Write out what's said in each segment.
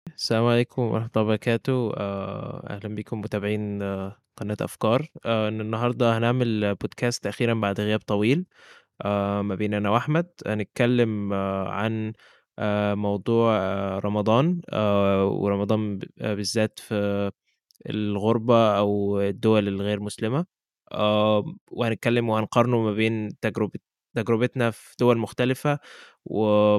السلام عليكم ورحمة الله وبركاته، أهلًا بكم متابعين قناة أفكار. النهارده هنعمل بودكاست أخيرًا بعد غياب طويل ما بين أنا وأحمد. هنتكلم عن موضوع رمضان، ورمضان بالذات في الغُربة أو الدول الغير مسلمة. وهنتكلم وهنقارنه ما بين تجربتنا في دول مختلفة و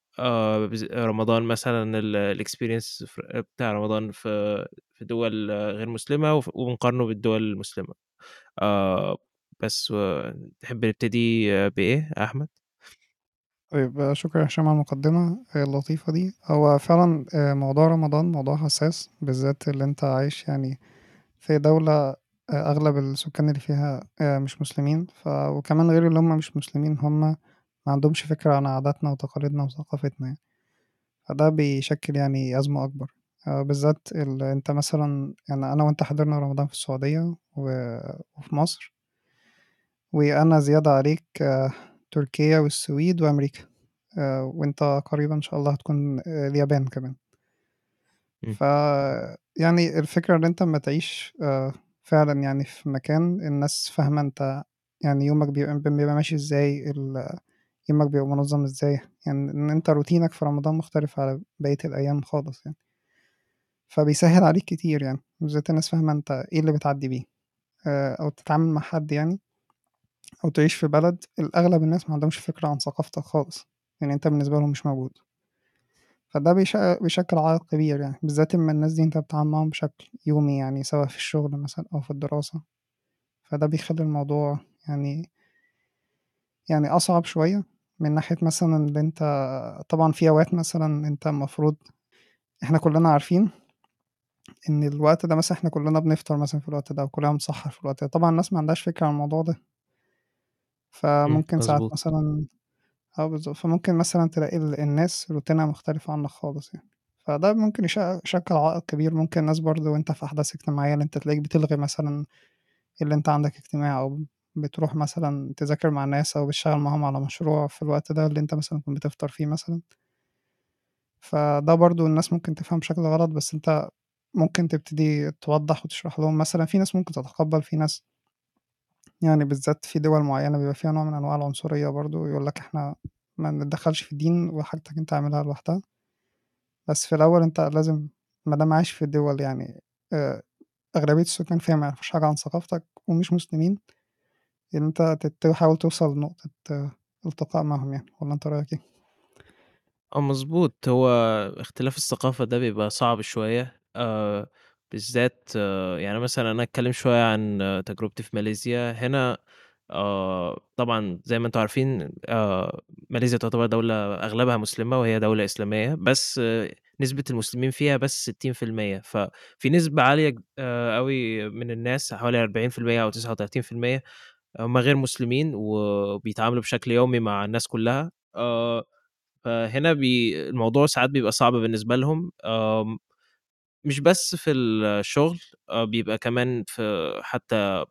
رمضان مثلًا الexperience بتاع رمضان في دول غير مسلمة ونقارنه بالدول المسلمة. آآ بس تحب نبتدي بإيه يا أحمد؟ طيب شكرًا يا هشام على المقدمة اللطيفة دي. هو فعلًا موضوع رمضان موضوع حساس، بالذات اللي أنت عايش يعني في دولة أغلب السكان اللي فيها مش مسلمين، وكمان غير اللي هم مش مسلمين هم ما عندهمش فكرة عن عاداتنا وتقاليدنا وثقافتنا يعني، فده بيشكل يعني أزمة أكبر. بالذات أنت مثلًا يعني أنا وأنت حضرنا رمضان في السعودية وفي مصر، وأنا زيادة عليك تركيا والسويد وأمريكا. وأنت قريبًا إن شاء الله هتكون اليابان كمان. إمم. يعني الفكرة إن أنت أمّا تعيش فعلًا يعني في مكان الناس فاهمة أنت يعني يومك بيبقى ماشي إزاي، يومك بيبقى منظَّم إزاي، يعني إن أنت روتينك في رمضان مختلف على بقية الأيام خالص يعني، فبيسهِّل عليك كتير يعني، بالذات الناس فاهمة أنت إيه اللي بتعدّي بيه. أو تتعامل مع حد يعني أو تعيش في بلد الأغلب الناس ما عندهمش فكرة عن ثقافتك خالص، يعني أنت بالنسبة لهم مش موجود. فده بيشكّل عائق كبير يعني، بالذات أمّا الناس دي أنت بتتعامل معاهم بشكل يومي يعني سواء في الشغل مثلًا أو في الدراسة، فده بيخلّي الموضوع يعني أصعب شوية من ناحية مثلًا اللي أنت طبعًا في أوقات مثلًا أنت المفروض إحنا كُلّنا عارفين إن الوقت ده مثلًا إحنا كُلّنا بنفطر مثلًا في الوقت ده وكُلّنا بنسحّر في الوقت ده، طبعًا الناس ما عندهاش فكرة عن الموضوع ده، فممكن ساعات مضبوط. مثلًا بالضبط، فممكن مثلًا تلاقي الناس روتينها مختلف عنك خالص يعني، فده ممكن يشكّل عائق كبير. ممكن الناس برضه وأنت في أحداث اجتماعية اللي أنت تلاقيك بتلغي مثلًا اللي أنت عندك اجتماع أو بتروح مثلًا تذاكر مع ناس أو بتشتغل معاهم على مشروع في الوقت ده اللي أنت مثلًا كنت بتفطر فيه مثلًا، فده برضه الناس ممكن تفهمه بشكل غلط، بس أنت ممكن تبتدي توضّح وتشرح لهم مثلًا. في ناس ممكن تتقبّل، في ناس يعني بالذات في دول معيّنة بيبقى فيها نوع من أنواع العنصرية برضه، يقول لك إحنا ما نتدخّلش في الدين وحاجتك أنت اعملها لوحدها. بس في الأول أنت لازم ما دام عايش في دول يعني آآ أغلبية السكان فيها ما يعرفوش حاجة عن ثقافتك ومش مسلمين، إن أنت تحاول توصل لنقطة التقاء معاهم يعني، والّا أنت رأيك إيه؟ مضبوط. هو اختلاف الثقافة ده بيبقى صعب شوية، بالذات يعني مثلًا أنا أتكلم شوية عن تجربتي في ماليزيا. هنا طبعًا زي ما أنتم عارفين، ماليزيا تعتبر دولة أغلبها مسلمة وهي دولة إسلامية، بس نسبة المسلمين فيها بس 60%، ففي نسبة عالية أوي من الناس حوالي 40% أو 39% هم غير مسلمين وبيتعاملوا بشكل يومي مع الناس كلّها. فهنا الموضوع ساعات بيبقى صعب بالنسبة لهم، مش بس في الشغل، بيبقى كمان في حتى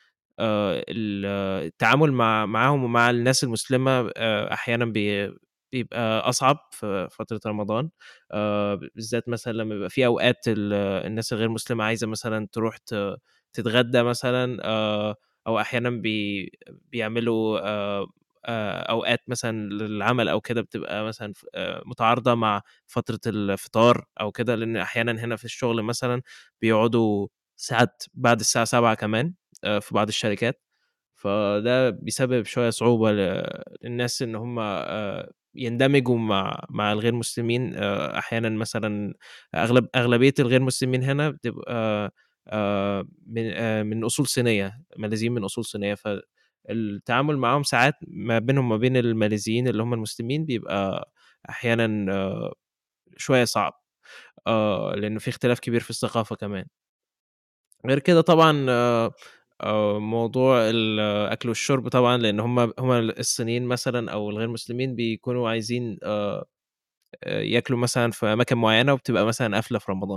التعامل معاهم ومع الناس المسلمة أحيانًا بيبقى أصعب في فترة رمضان، بالذات مثلًا لمّا بيبقى في أوقات الناس الغير مسلمة عايزة مثلًا تروح تتغدى مثلًا، أو أحيانًا بيعملوا أوقات مثلًا للعمل أو كده بتبقى مثلًا متعارضة مع فترة الفطار أو كده، لإن أحيانًا هنا في الشغل مثلًا بيقعدوا ساعات بعد الساعة 19:00 كمان في بعض الشركات. فده بيسبب شوية صعوبة للناس إن هم يندمجوا مع الغير مسلمين. أحيانًا مثلًا أغلبية الغير مسلمين هنا بتبقى من أصول صينية، ماليزيين من أصول صينية، فالتعامل معاهم ساعات ما بينهم وما بين الماليزيين اللي هم المسلمين بيبقى أحيانًا شوية صعب، لإنه في اختلاف كبير في الثقافة كمان. غير كده طبعًا موضوع الأكل والشرب طبعًا، لإن هم الصينيين مثلًا أو الغير مسلمين بيكونوا عايزين ياكلوا مثلًا في أماكن معيّنة وبتبقى مثلًا قافلة في رمضان.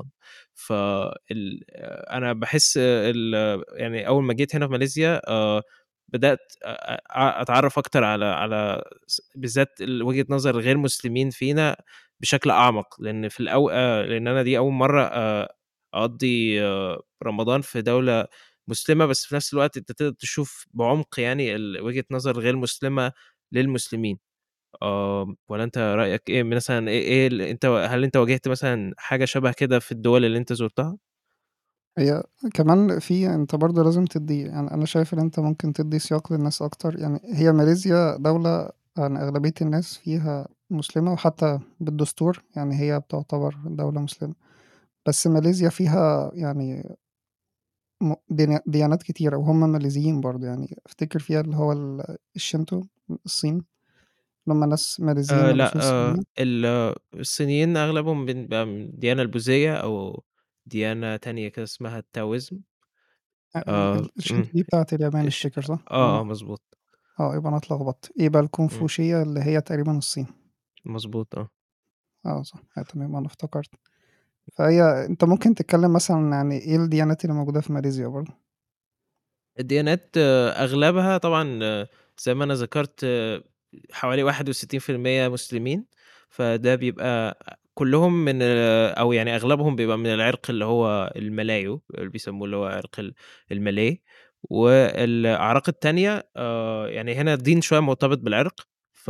أنا باحس يعني أول ما جيت هنا في ماليزيا بدأت أتعرّف أكتر على بالذات وجهة نظر الغير مسلمين فينا، بشكل أعمق، لإن في لإن أنا دي أول مرّة أقضّي رمضان في دولة مسلمة، بس في نفس الوقت أنت تقدر تشوف بعمق يعني وجهة نظر غير مسلمة للمسلمين. والّا أنت رأيك إيه مثلًا إيه هل أنت واجهت مثلًا حاجة شبه كده في الدول اللي أنت زُرتها؟ هي كمان أنت برضه لازم تدّي يعني أنا شايف إن أنت ممكن تدّي سياق للناس أكتر، يعني هي ماليزيا دولة يعني أغلبية الناس فيها مسلمة وحتى بالدستور يعني هي بتُعتبر دولة مسلمة، بس ماليزيا فيها يعني ديانات كتيرة وهُم ماليزيين برضه، يعني أفتكر فيها اللي هو الشينتو الصين، اللي هُم ناس ماليزيين من لأ، الأصول الصينية. الصينيين أغلبهم بيبقى من الديانة البوذية أو ديانة تانية كده اسمها التاويزم. الشينتو إمم. دي بتاعة اليابان أفتكر صح؟ مضبوط. يبقى أنا اتلخبطت، يبقى إمم. الكونفوشية اللي هي تقريبًا الصين. مضبوط صح، تمام أنا افتكرت. أنت ممكن تتكلم مثلًا يعني إيه الديانات اللي موجودة في ماليزيا برضه؟ الديانات أغلبها طبعًا زي ما أنا ذكرت حوالي 61% مسلمين، فده بيبقى كلّهم من أو يعني أغلبهم بيبقى من العرق اللي هو الملايو اللي بيسموه اللي هو عرق المالاي، والأعراق التانية يعني هنا الدين شوية مرتبط بالعرق، ف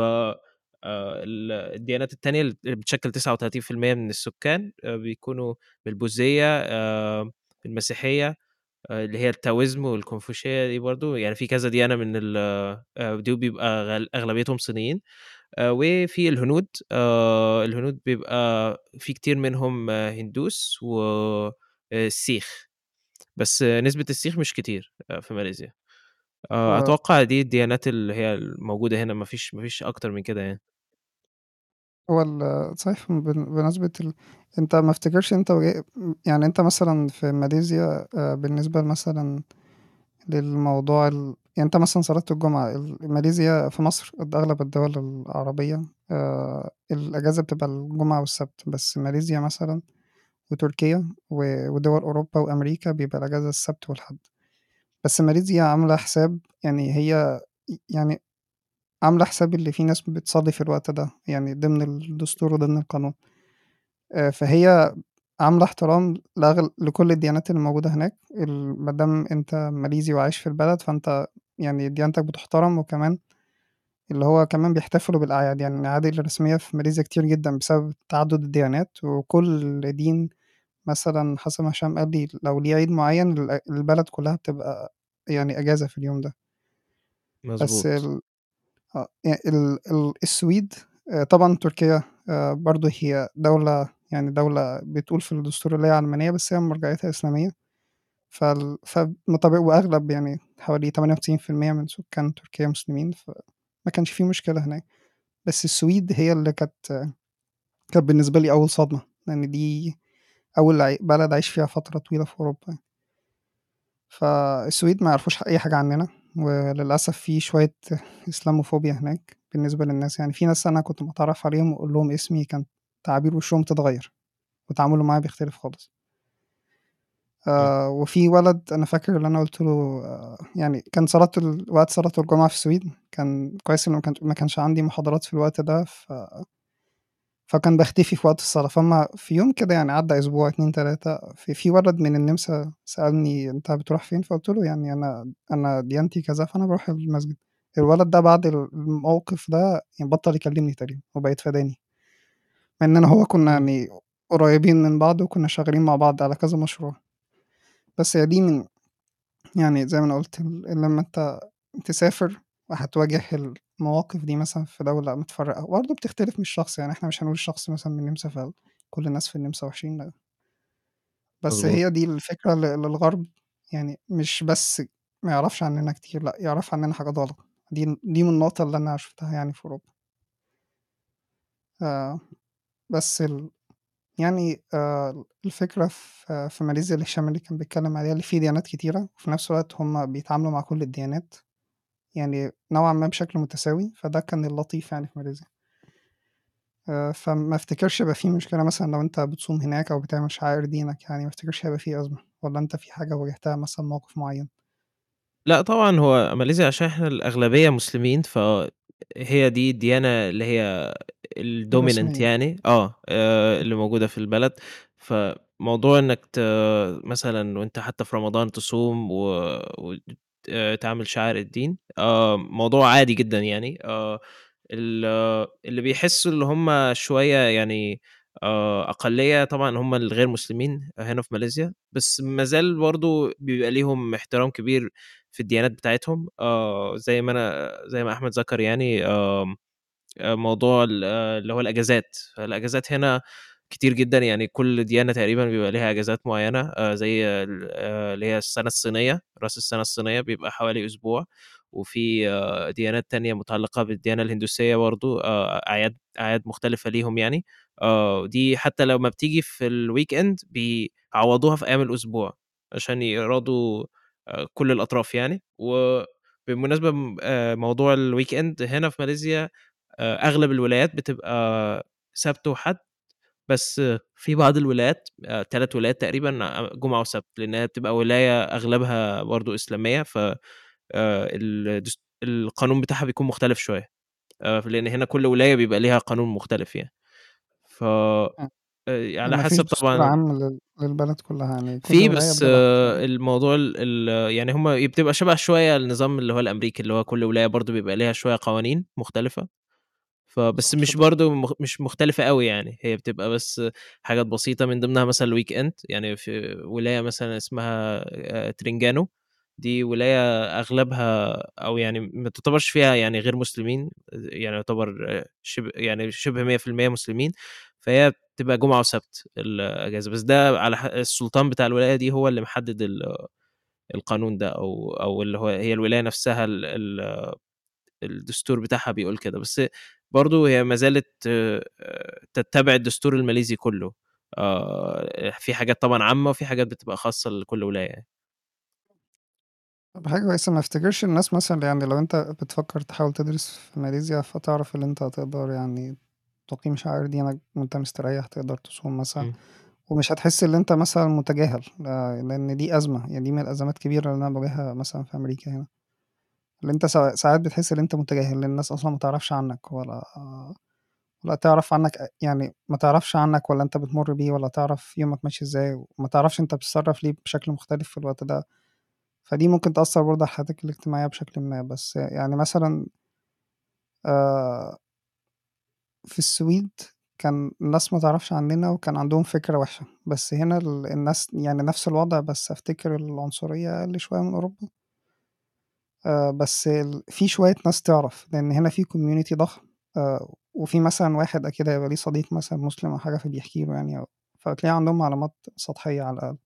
الديانات التانية اللي بتشكل 39% من السكان بيكونوا من البوذية، المسيحية، اللي هي التاويزم والكونفوشية دي برضه، يعني في كذا ديانة من دول بيبقى أغلبيتهم صينيين، وفي الهنود، الهنود بيبقى في كتير منهم هندوس السيخ، بس نسبة السيخ مش كتير في ماليزيا. هو أتوقع دي الديانات اللي هي الموجودة هنا، ما فيش أكتر من كده يعني. هو صحيح بمناسبة أنت ما افتكرش أنت يعني أنت مثلًا في ماليزيا بالنسبة مثلًا للموضوع يعني أنت مثلًا صلاة الجمعة ماليزيا في مصر أغلب الدول العربية الأجازة بتبقى الجمعة والسبت، بس ماليزيا مثلًا وتركيا ودول أوروبا وأمريكا بيبقى الأجازة السبت والحد، بس ماليزيا عاملة حساب يعني هي يعني عاملة حساب اللي في ناس بتصلي في الوقت ده، يعني ضمن الدستور وضمن القانون، فهي عاملة احترام لكل الديانات اللي موجودة هناك، ما دام أنت ماليزي وعايش في البلد فأنت يعني ديانتك بتُحترم، وكمان اللي هو كمان بيحتفلوا بالأعياد، يعني الأعياد الرسمية في ماليزيا كتير جدًا بسبب تعدُّد الديانات، وكل دين مثلًا حسب ما هشام قال لي لو ليه عيد معيّن البلد كلّها بتبقى يعني إجازة في اليوم ده، بس مضبوط. يعني السويد طبعًا تركيا برضه هي دولة بتقول في الدستور اللي هي علمانية، بس هي مرجعيتها إسلامية، وأغلب يعني حوالي 98% من سكان تركيا مسلمين، فما كانش في مشكلة هناك، بس السويد هي اللي كانت بالنسبة لي أول صدمة، لإن دي أول بلد أعيش فيها فترة طويلة في أوروبا يعني. فالسويد ما يعرفوش أي حاجة عننا، وللأسف في شوية إسلاموفوبيا هناك بالنسبة للناس، يعني في ناس أنا كنت باتعرّف عليهم وأقول لهم اسمي كان تعابير وشّهم تتغيّر، وتعاملهم معايا بيختلف خالص. إمم. وفي ولد أنا فاكر اللي أنا قُلت له يعني كان وقت صلاة الجمعة في السويد، كان كويس إن ما كانش عندي محاضرات في الوقت ده، فكان باختفي في وقت الصلاة، في يوم كده يعني عدّى أسبوع، 2، 3 في ولد من النمسا سألني: "أنت بتروح فين؟" فقُلت له: "يعني أنا ديانتي كذا، فأنا باروح المسجد." الولد ده بعد الموقف ده يعني بطّل يكلمني تقريبًا وبقى يتفاداني، مع إن أنا هو كنا إمم. يعني قريبين من بعض وكنا شغالين مع بعض على كذا مشروع، بس هي دي يعني زي ما أنا قُلت لمّا أنت تسافر وهتواجه المواقف دي مثلًا في دولة متفرقة، وبرضه بتختلف من الشخص، يعني إحنا مش هنقول الشخص مثلًا من النمسا كل الناس في النمسا وحشين، لأ، بس مضبوط. هي دي الفكرة اللي الغرب يعني مش بس ما يعرفش عننا كتير، لأ يعرف عننا حاجات غلط، دي من النقطة اللي أنا شُفتها يعني في أوروبا. آآ بس يعني الفكرة في ماليزيا اللي هشام اللي كان بيتكلم عليها، اللي في ديانات كتيرة، وفي نفس الوقت هُم بيتعاملوا مع كل الديانات. يعني نوعًا ما بشكل متساوي، فده كان اللطيف يعني في ماليزيا. فما أفتكرش هيبقى في مشكلة مثلًا لو أنت بتصوم هناك أو بتعمل شعائر دينك يعني، ما أفتكرش هيبقى في أزمة، والّا أنت في حاجة واجهتها مثلًا موقف معين؟ لأ طبعًا، هو ماليزيا عشان إحنا الأغلبية مسلمين، فهي دي الديانة اللي هي الdominant الرسمية. يعني اللي موجودة في البلد. فموضوع إنّك مثلًا وأنت حتى في رمضان تصوم وت تعمل شعائر الدين، موضوع عادي جدًا يعني. ال اللي بيحسّوا اللي هم شوية يعني أقلية طبعًا هم الغير مسلمين هنا في ماليزيا، بس ما زال برضه بيبقى ليهم احترام كبير في الديانات بتاعتهم. زي ما أحمد ذكر يعني. موضوع اللي هو الأجازات. فالأجازات هنا كتير جدًا، يعني كل ديانة تقريبًا بيبقى ليها أجازات معيّنة، زي اللي هي السَنة الصينية، رأس السَنة الصينية بيبقى حوالي أسبوع. وفي ديانات تانية متعلقة بالديانة الهندوسية برضه، أعياد مختلفة ليهم يعني. دي حتى لمّا بتيجي في الweekend بيعوّضوها في أيام الأسبوع عشان يراضوا كل الأطراف يعني. وبالمناسبة موضوع الweekend هنا في ماليزيا، أغلب الولايات بتبقى سبت وحد، بس في بعض الولايات 3 ولايات تقريبًا جمعة وسبت، لإنها بتبقى ولاية أغلبها برضه إسلامية. ف القانون بتاعها بيكون مختلف شوية، لإن هنا كل ولاية بيبقى ليها قانون مختلف يعني. ف آه. يعني على ما فيش حسب دستور طبعًا. عام للبلد كلّها، يعني كل في ولاية بس بتبقى حسب. الموضوع يعني بتبقى شبه شوية النظام اللي هو الأمريكي، اللي هو كل ولاية برضه بيبقى ليها شوية قوانين مختلفة. فبس نظام مش شبه. برضه مش مختلفة أوي يعني، هي بتبقى بس حاجات بسيطة من ضمنها مثلًا الweekend. يعني في ولاية مثلًا اسمها ترنجانو، دي ولاية أغلبها أو يعني ما تعتبرش فيها يعني غير مسلمين، يعني يعتبر شبه 100% مسلمين. فهي بتبقى جمعة وسبت الأجازة، بس ده على السلطان بتاع الولاية دي هو اللي محدد القانون ده، أو اللي هي الولاية نفسها الدستور بتاعها بيقول كده. بس برضه هي ما زالت تتبع الدستور الماليزي كله. في حاجات طبعًا عامة، وفي حاجات بتبقى خاصة لكل ولاية يعني. طب حاجة كويسة، ما افتكرش الناس مثلًا يعني لو أنت بتفكّر تحاول تدرس في ماليزيا، فتعرف اللي أنت هتقدر يعني تقيم شعائر دينك وأنت مستريّح، تقدر تصوم مثلًا، إمم. ومش هتحس اللي أنت مثلًا متجاهل، لإن دي أزمة، يعني دي من الأزمات الكبيرة اللي أنا باواجهها مثلًا في أمريكا هنا، اللي أنت ساعات بتحس اللي أنت متجاهل، لإن الناس أصلًا ما تعرفش عنك ولا تعرف عنك يعني ما تعرفش عنك ولا أنت بتمُر بيه ولا تعرف يومك ماشي إزاي، وما تعرفش أنت بتتصرّف ليه بشكل مختلف في الوقت ده. فدي ممكن تأثّر برضه على حياتك الاجتماعية بشكلٍ ما، بس يعني مثلًا آآ في السويد كان الناس ما تعرفش عننا وكان عندهم فكرة وِحشة، بس هنا الناس يعني نفس الوضع، بس أفتكر العنصرية أقل شوية من أوروبا. بس في شوية ناس تعرف، لإن هنا في community ضخم، وفي مثلًا واحد أكيد هيبقى ليه صديق مثلًا مسلم أو حاجة فبيحكي له يعني، فتلاقي عندهم معلومات سطحية على الأقل.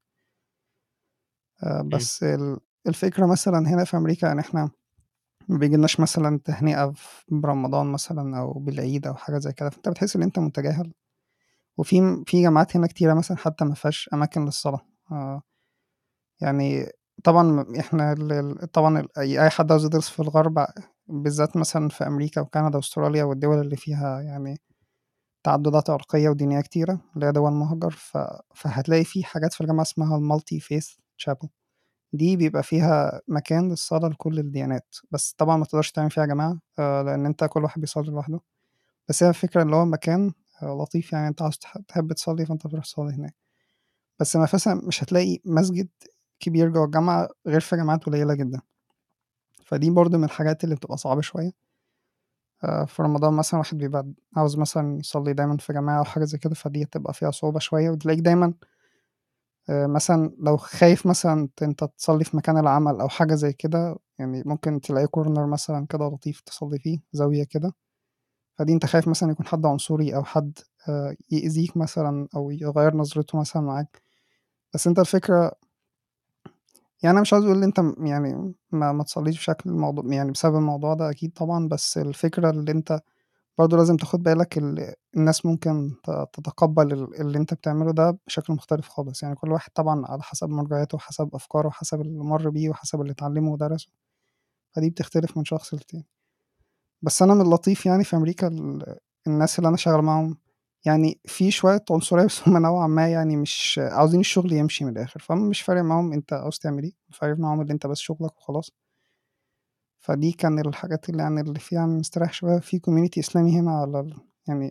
إمم. بس الفكرة مثلًا هنا في أمريكا إن إحنا ما بييجيلناش مثلًا تهنئة برمضان مثلًا أو بالعيد أو حاجة زي كده، فأنت بتحس إن أنت متجاهل، في جامعات هنا كتيرة مثلًا حتى ما فيهاش أماكن للصلاة. آه، يعني طبعًا إحنا طبعًا أي حد عاوز يدرس في الغرب بالذات مثلًا في أمريكا وكندا وأستراليا والدول اللي فيها يعني تعدُّدات عرقية ودينية كتيرة، اللي هي دول مهجر، فهتلاقي في حاجات في الجامعة اسمها الMulti Faith Chapel. دي بيبقى فيها مكان للصلاة لكل الديانات، بس طبعًا ما تقدرش تعمل فيها جماعة، لإن أنت كل واحد بيصلّي لوحده، بس هي الفكرة اللي هو مكان لطيف يعني أنت عاوز تحب تصلّي فأنت تروح تصلّي هناك، بس مثلًا مش هتلاقي مسجد كبير جوّه الجامعة غير في جامعات قليلة جدًا، فدي برضه من الحاجات اللي بتبقى صعبة شوية. في رمضان مثلًا الواحد بيبقى عاوز مثلًا يصلّي دايمًا في جماعة أو حاجة زي كده، فدي هتبقى فيها صعوبة شوية، وتلاقيك دايمًا مثلًا لو خايف مثلًا أنت تصلّي في مكان العمل أو حاجة زي كده، يعني ممكن تلاقي corner مثلًا كده لطيف تصلّي فيه، زاوية كده، فدي أنت خايف مثلًا يكون حد عنصري أو حد يأذيك مثلًا أو يغيّر نظرته مثلًا معاك، بس أنت الفكرة يعني أنا مش عاوز أقول إن أنت يعني ما تصلّيش بشكل يعني بسبب الموضوع ده أكيد طبعًا، بس الفكرة اللي أنت برضه لازم تاخد بالك الناس ممكن تتقبّل اللي أنت بتعمله ده بشكل مختلف خالص، يعني كل واحد طبعًا على حسب مرجعيته وحسب أفكاره وحسب اللي مَر بيه وحسب اللي اتعلّمه ودرسه، فدي بتختلف من شخص للتاني. بس أنا من اللطيف يعني في أمريكا الناس اللي أنا شغّال معاهم يعني في شوية عنصرية بس هم نوعًا ما يعني مش عاوزين الشغل يمشي من الآخر، فهُم مش فارق معاهم أنت عاوز تعمل إيه، فارق معاهم اللي أنت بس شغلك وخلاص. فدي كان الحاجات اللي يعني اللي فيها مستريّح شوية، في community إسلامي هنا على يعني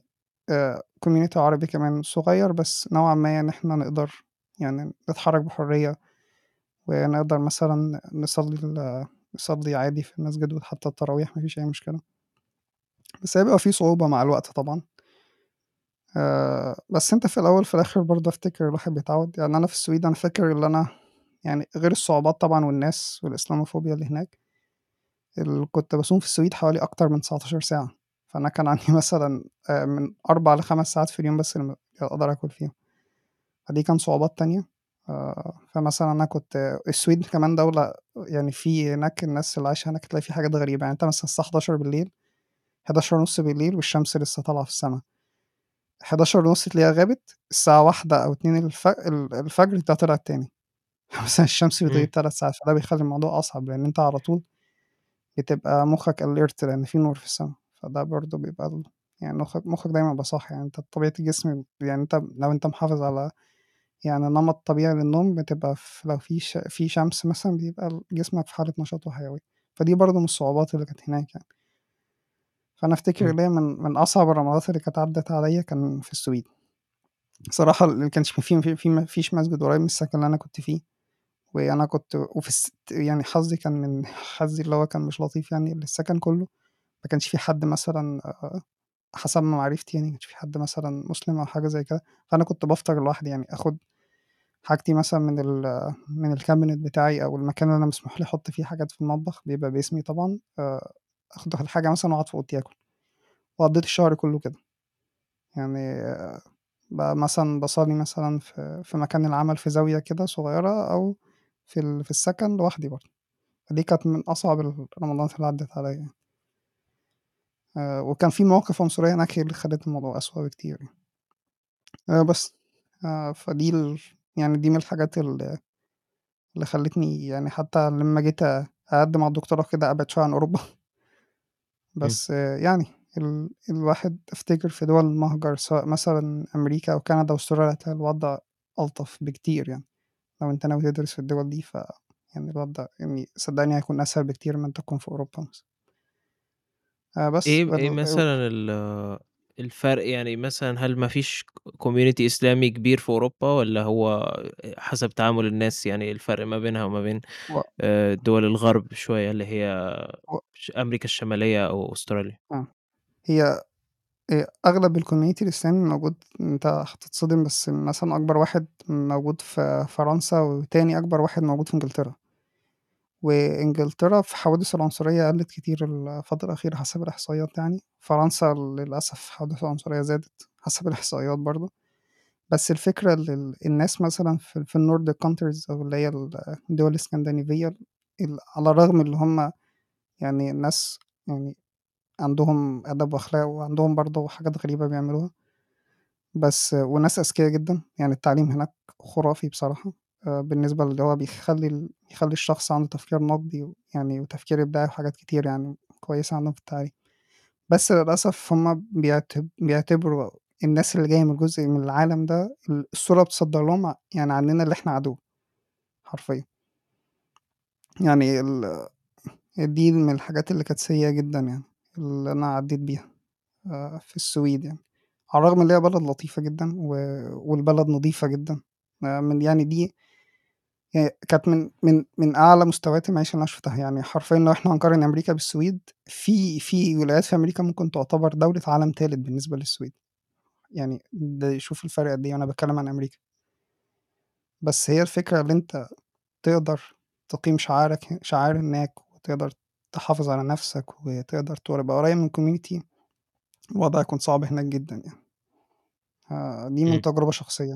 community عربي كمان صغير، بس نوعًا ما يعني إحنا نقدر يعني نتحرّك بحرية، ونقدر مثلًا نصلّي عادي في المسجد وحتى التراويح ما فيش أي مشكلة، بس هيبقى في صعوبة مع الوقت طبعًا. بس أنت في الأول في الآخر برضه أفتكر الواحد بيتعوّد، يعني أنا في السويد أنا فاكر اللي أنا يعني غير الصعوبات طبعًا والناس والإسلاموفوبيا اللي هناك، كنت باصوم في السويد حوالي أكتر من 19 ساعة، فأنا كان عندي مثلًا من 4 ل5 ساعات في اليوم بس اللي أقدر آكل فيهم، فدي كان صعوبات تانية. فمثلًا أنا كنت السويد كمان دولة يعني في هناك الناس اللي عايشة هناك تلاقي في حاجات غريبة، يعني أنت مثلًا الساعة 23:00 23:30 والشمس لسه طالعة في السما، 23:30 تلاقيها غابت، الساعة 01:00 أو 02:00 الفجر تلاقيها طلعت تاني. مثلًا الشمس بتغيب إمم، 3 ساعات، فده بيخلّي الموضوع أصعب، لإن أنت على طول بتبقى مُخّك alert لإن في نور في السما، فده برضه بيبقى يعني مُخّك دايمًا بيبقى صاحي، يعني أنت طبيعة الجسم يعني أنت لو أنت محافظ على يعني نمط طبيعي للنوم بتبقى لو في شمس مثلًا بيبقى جسمك في حالة نشاط وحيوية، فدي برضه من الصعوبات اللي كانت هناك يعني. فأنا أفتكر إمم. اللي هي من أصعب الرمضات اللي كانت عدّت عليّا كان في السويد. بصراحة ما كانش ما فيش مسجد قريب من السكن اللي أنا كنت فيه، وأنا كنت وفي يعني حظي كان من حظي اللي هو كان مش لطيف يعني، السكن كُلّه ما كانش في حد مثلًا حسب ما معرفتي يعني ما كانش في حد مثلًا مسلم أو حاجة زي كده، فأنا كنت بافطر لوحدي يعني آخُد حاجتي مثلًا من الcabinet بتاعي أو المكان اللي أنا مسموح لي أحُط فيه حاجات في المطبخ بيبقى باسمي طبعًا، آخُد الحاجة مثلًا وأقعد في أوضتي آكل، وقضّيت الشهر كُلّه كده، يعني مثلًا باصلّي مثلًا في مكان العمل في زاوية كده صغيرة أو في السكن لوحدي برضه، فدي كانت من أصعب الرمضانات اللي عدّت عليّا يعني، وكان في مواقف عنصرية هناك هي اللي خلّت الموضوع أسوأ بكتير يعني، بس فدي يعني دي من الحاجات اللي خلّتني يعني حتى لمّا جيت أقدّم على الدكتوراه كده أبعد شوية عن أوروبا، إمم. بس يعني الواحد أفتكر في دول المهجر سواء مثلًا أمريكا أو كندا وأستراليا هتلاقي الوضع ألطف بكتير يعني، لو أنت ناوي تدرس في الدول دي يعني الوضع يعني صدّقني هيكون أسهل بكتير من أن تكون في أوروبا مثلًا. بس إيه مثلًا الفرق يعني مثلًا هل ما فيش community إسلامي كبير في أوروبا والّا هو حسب تعامل الناس يعني الفرق ما بينها وما بين و دول الغرب شوية اللي هي و أمريكا الشمالية أو أستراليا؟ آه. هي أغلب الcommunity الإسلامي موجود أنت هتتصدم بس مثلًا أكبر واحد موجود في فرنسا، وتاني أكبر واحد موجود في إنجلترا، وإنجلترا في حوادث العنصرية قلّت كتير الفترة الأخيرة حسب الإحصائيات يعني، فرنسا للأسف حوادث العنصرية زادت حسب الإحصائيات برضه، بس الفكرة الناس مثلًا في الnordic countries أو اللي هي الدول الإسكندنافية على الرغم اللي هم يعني ناس يعني عندهم أدب وأخلاق وعندهم برضه حاجات غريبة بيعملوها. بس وناس أذكيا جدًا، يعني التعليم هناك خرافي بصراحة، بالنسبة اللي هو بيخلّي الشخص عنده تفكير نقدي يعني وتفكير إبداعي وحاجات كتير يعني كويسة عندهم في التعليم، بس للأسف هُم بيعتبروا الناس اللي جاية من جزء من العالم ده الصورة بتصدّر لهم يعني عننا اللي إحنا عدو حرفيًا، يعني دي من الحاجات اللي كانت سيئة جدًا يعني، اللي أنا عدّيت بيها في السويد يعني. على الرغم اللي هي بلد لطيفة جدًا والبلد نضيفة جدًا، من يعني دي كانت من أعلى مستويات المعيشة اللي أنا شُفتها، يعني حرفيًا لو إحنا هنقارن أمريكا بالسويد، في ولايات في أمريكا ممكن تعتبر دولة عالم تالت بالنسبة للسويد، يعني شوف الفرق قد إيه وأنا باتكلم عن أمريكا، بس هي الفكرة اللي أنت تقدر تقيم شعائر هناك وتقدر تحافظ على نَفْسك وتقدر تبقى قريب من community الوضع هيكون صعب هناك جدًا يعني، دي من إمم. تجربة شخصية.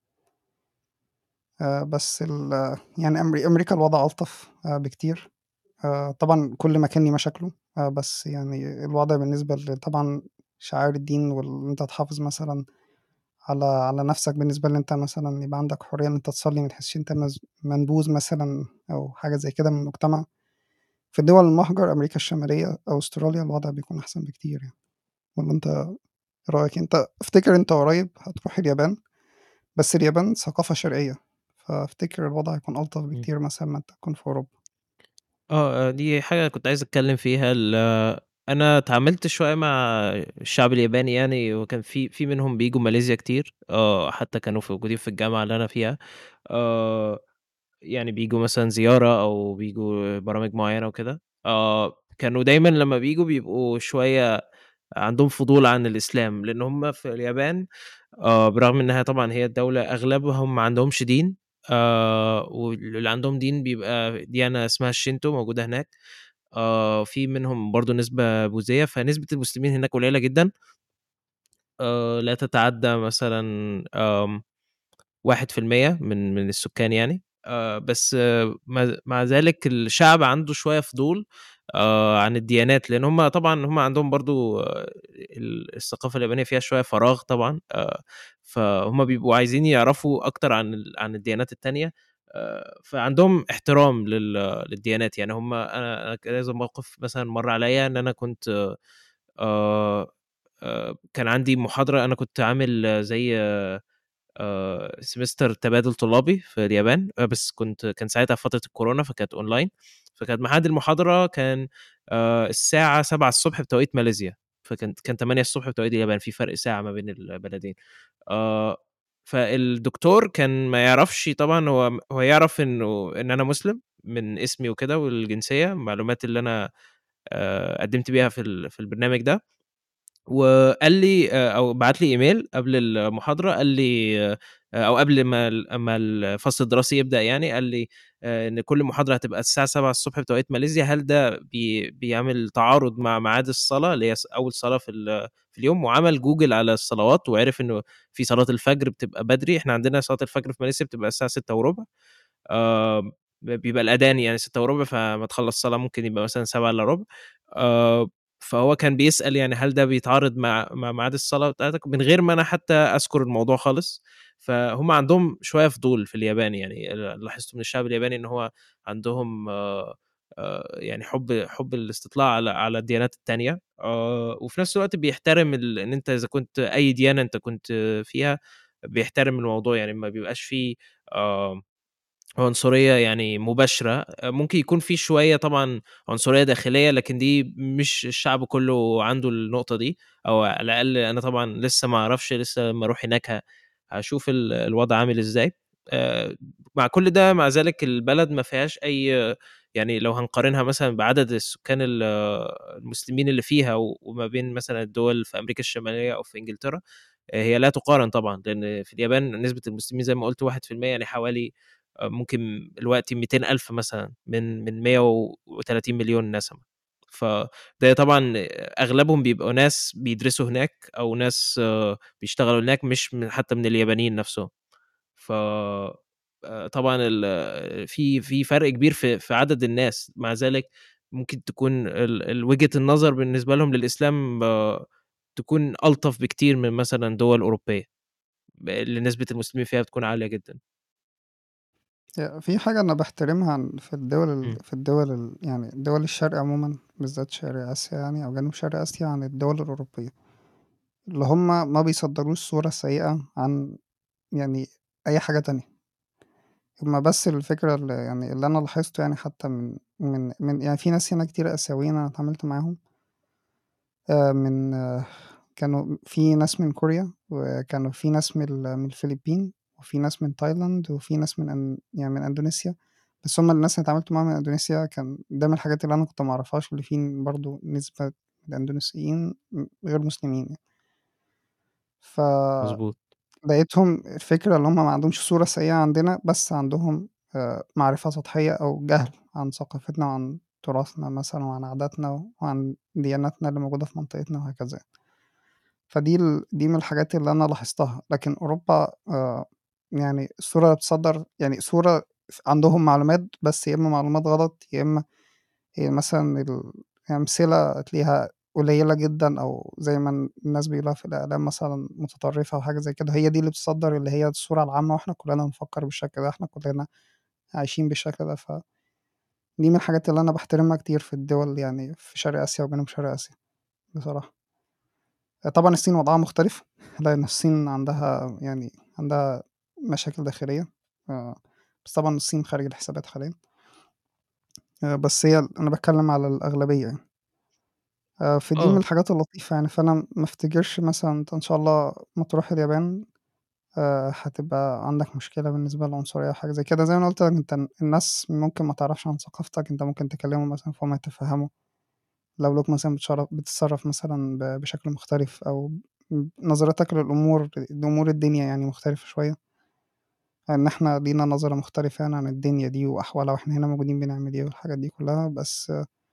بس يعني أمريكا الوضع ألطف بكتير، طبعًا كل مكان ليه مشاكله، بس يعني الوضع بالنسبة طبعًا شعائر الدين وإن أنت تحافظ مثلًا على نَفْسك بالنسبة إن أنت مثلًا يبقى عندك حرية إن أنت تصلّي ما تحسّش إن أنت منبوذ مثلًا أو حاجة زي كده من المجتمع. في دول المهجر أمريكا الشمالية أو أستراليا الوضع بيكون أحسن بكتير يعني، والّا أنت إيه رأيك؟ أنت افتكر أنت قريب هتروح اليابان، بس اليابان ثقافة شرقية، فافتكر الوضع هيكون ألطف إمم. بكتير مثلًا ما أنت تكون في أوروبا. دي حاجة كنت عايز أتكلّم فيها أنا اتعاملت شوية مع الشعب الياباني يعني، وكان في منهم بييجوا ماليزيا كتير، حتى كانوا موجودين في الجامعة اللي أنا فيها. آآ يعني بييجوا مثلًا زيارة أو بييجوا برامج معيّنة وكده. كانوا دايمًا لمّا بييجوا بيبقوا شوية عندهم فضول عن الإسلام، لإن هُم في اليابان، برغم إنها طبعًا هي الدولة أغلبهم ما عندهمش دين. واللي عندهم دين بيبقى ديانة اسمها الشينتو موجودة هناك. في منهم برضه نسبة بوذية، فنسبة المسلمين هناك قليلة جدًا. لا تتعدى مثلًا آمم 1% من السكان يعني. بس مع ذلك الشعب عنده شوية فضول عن الديانات، لإن هم طبعًا عندهم برضه الثقافة اليابانية فيها شوية فراغ طبعًا. فهُم بيبقوا عايزين يعرفوا أكتر عن الديانات التانية. فعندهم احترام للديانات. يعني أنا كذا موقف مثلًا مَر عليَّ إن أنا كنت آآ كان عندي محاضرة، أنا كنت عامل زي سمستر تبادل طلابي في اليابان. بس كان ساعتها فترة الكورونا فكانت أونلاين. فكانت ميعاد المحاضرة كان الساعة 7:00 بتوقيت ماليزيا، كان 8:00 بتوقيت اليابان، في فرق ساعة ما بين البلدين. آآ فالدكتور كان ما يعرفش طبعًا، هو يعرف إن أنا مسلم من اسمي وكده والجنسية، المعلومات اللي أنا قدّمت بيها في البرنامج ده. وقال لي أو بعت لي إيميل قبل المحاضرة، قال لي أو قبل أمّا الفصل الدراسي يبدأ يعني، قال لي إن كل محاضرة هتبقى الساعة 7:00 بتوقيت ماليزيا، هل ده بيعمل تعارض مع ميعاد الصلاة اللي هي أول صلاة في اليوم. وعمل جوجل على الصلوات وعرف إنه في صلاة الفجر بتبقى بدري. إحنا عندنا صلاة الفجر في ماليزيا بتبقى الساعة 18:15. بيبقى الأذان يعني 18:15، فأمّا تخلّص صلاة ممكن يبقى مثلًا 19:15. آآ فهو كان بيسأل يعني هل ده بيتعارض مع ميعاد الصلاة بتاعتك، من غير ما أنا حتى أذكر الموضوع خالص. فهُم عندهم شوية فضول في اليابان يعني، لاحظته من الشعب الياباني إن هو عندهم يعني حُب الاستطلاع على الديانات التانية. وفي نفس الوقت بيحترم إن أنت إذا كنت أي ديانة أنت كنت فيها، بيحترم الموضوع يعني ما بيبقاش في آآ عنصرية يعني مباشرة. ممكن يكون في شوية طبعًا عنصرية داخلية، لكن دي مش الشعب كلّه عنده النقطة دي، أو على الأقل أنا طبعًا لسه ما أعرفش، لسه لمّا أروح هناك هاشوف الوضع عامل إزاي. آآ مع كل ده، مع ذلك البلد ما فيهاش أي، يعني لو هنقارنها مثلًا بعدد السكان المسلمين اللي فيها وما بين مثلًا الدول في أمريكا الشمالية أو في إنجلترا، هي لا تُقارن طبعًا، لإن في اليابان نسبة المسلمين زي ما قُلت 1%، يعني حوالي ممكن دلوقتي 200,000 مثلًا من 130.000.000 نسمة. فده طبعًا أغلبهم بيبقوا ناس بيدرسوا هناك أو ناس بيشتغلوا هناك، مش حتى من اليابانيين نفسهم. ف طبعًا في فرق كبير في عدد الناس. مع ذلك ممكن تكون وجهة النظر بالنسبة لهم للإسلام تكون ألطف بكتير من مثلًا دول أوروبية، اللي نسبة المسلمين فيها بتكون عالية جدًا. في حاجة أنا باحترمها إمم. في الدول يعني دول الشرق عمومًا، بالذات شرق آسيا يعني أو جنوب شرق آسيا عن الدول الأوروبية، اللي هم ما بيصدّروش صورة سيئة عن يعني أي حاجة تانية. هم بس الفكرة يعني اللي أنا لاحظته يعني حتى من يعني في ناس هنا كتير آسيويين أنا اتعاملت معاهم. من كانوا في ناس من كوريا، وكانوا في ناس من الفلبين، وفي ناس من تايلاند، وفي ناس يعني من إندونيسيا. بس هم الناس اللي اتعاملت معاهم من إندونيسيا كان ده من الحاجات اللي أنا كنت ما أعرفهاش، اللي في برضه نسبة من الإندونيسيين غير مسلمين يعني. فلقيتهم مضبوط. الفكرة اللي هم ما عندهمش صورة سيئة عندنا، بس عندهم معرفة سطحية أو جهل عن ثقافتنا وعن تراثنا مثلًا وعن عاداتنا وعن دياناتنا اللي موجودة في منطقتنا وهكذا. دي من الحاجات اللي أنا لاحظتها. لكن أوروبا يعني الصورة اللي بتتصدّر يعني صورة عندهم معلومات، بس يا إمّا معلومات غلط، يا إمّا هي مثلًا الأمثلة تلاقيها قليلة جدًا، أو زي ما الناس بيقولوها في الإعلام مثلًا متطرفة أو حاجة زي كده، هي دي اللي بتصدّر اللي هي الصورة العامة، وإحنا كلّنا بنفكّر بالشكل ده، إحنا كلّنا عايشين بالشكل ده. فدي من الحاجات اللي أنا باحترمها كتير في الدول يعني في شرق آسيا وجنوب شرق آسيا بصراحة. طبعًا الصين وضعها مختلف، لإن الصين عندها مشاكل داخلية. آآ، بس طبعًا الصين خارج الحسابات حاليًا. بس أنا باتكلم على الأغلبية يعني. فدي من آه. الحاجات اللطيفة يعني، فأنا ما أفتكرش مثلًا أنت إن شاء الله أمّا تروح اليابان هتبقى عندك مشكلة بالنسبة للعنصرية أو حاجة زي كده، زي ما أنا قُلت لك أنت الناس ممكن ما تعرفش عن ثقافتك، أنت ممكن تكلمهم مثلًا فهُم يتفهموا، لو لقوك مثلًا بتتصرف مثلًا بشكل مختلف أو نظرتك لأمور الدنيا يعني مختلفة شوية، إن إحنا لينا نظرة مختلفة يعني عن الدنيا دي وأحوالها وإحنا هنا موجودين بنعمل إيه والحاجات دي كلّها، بس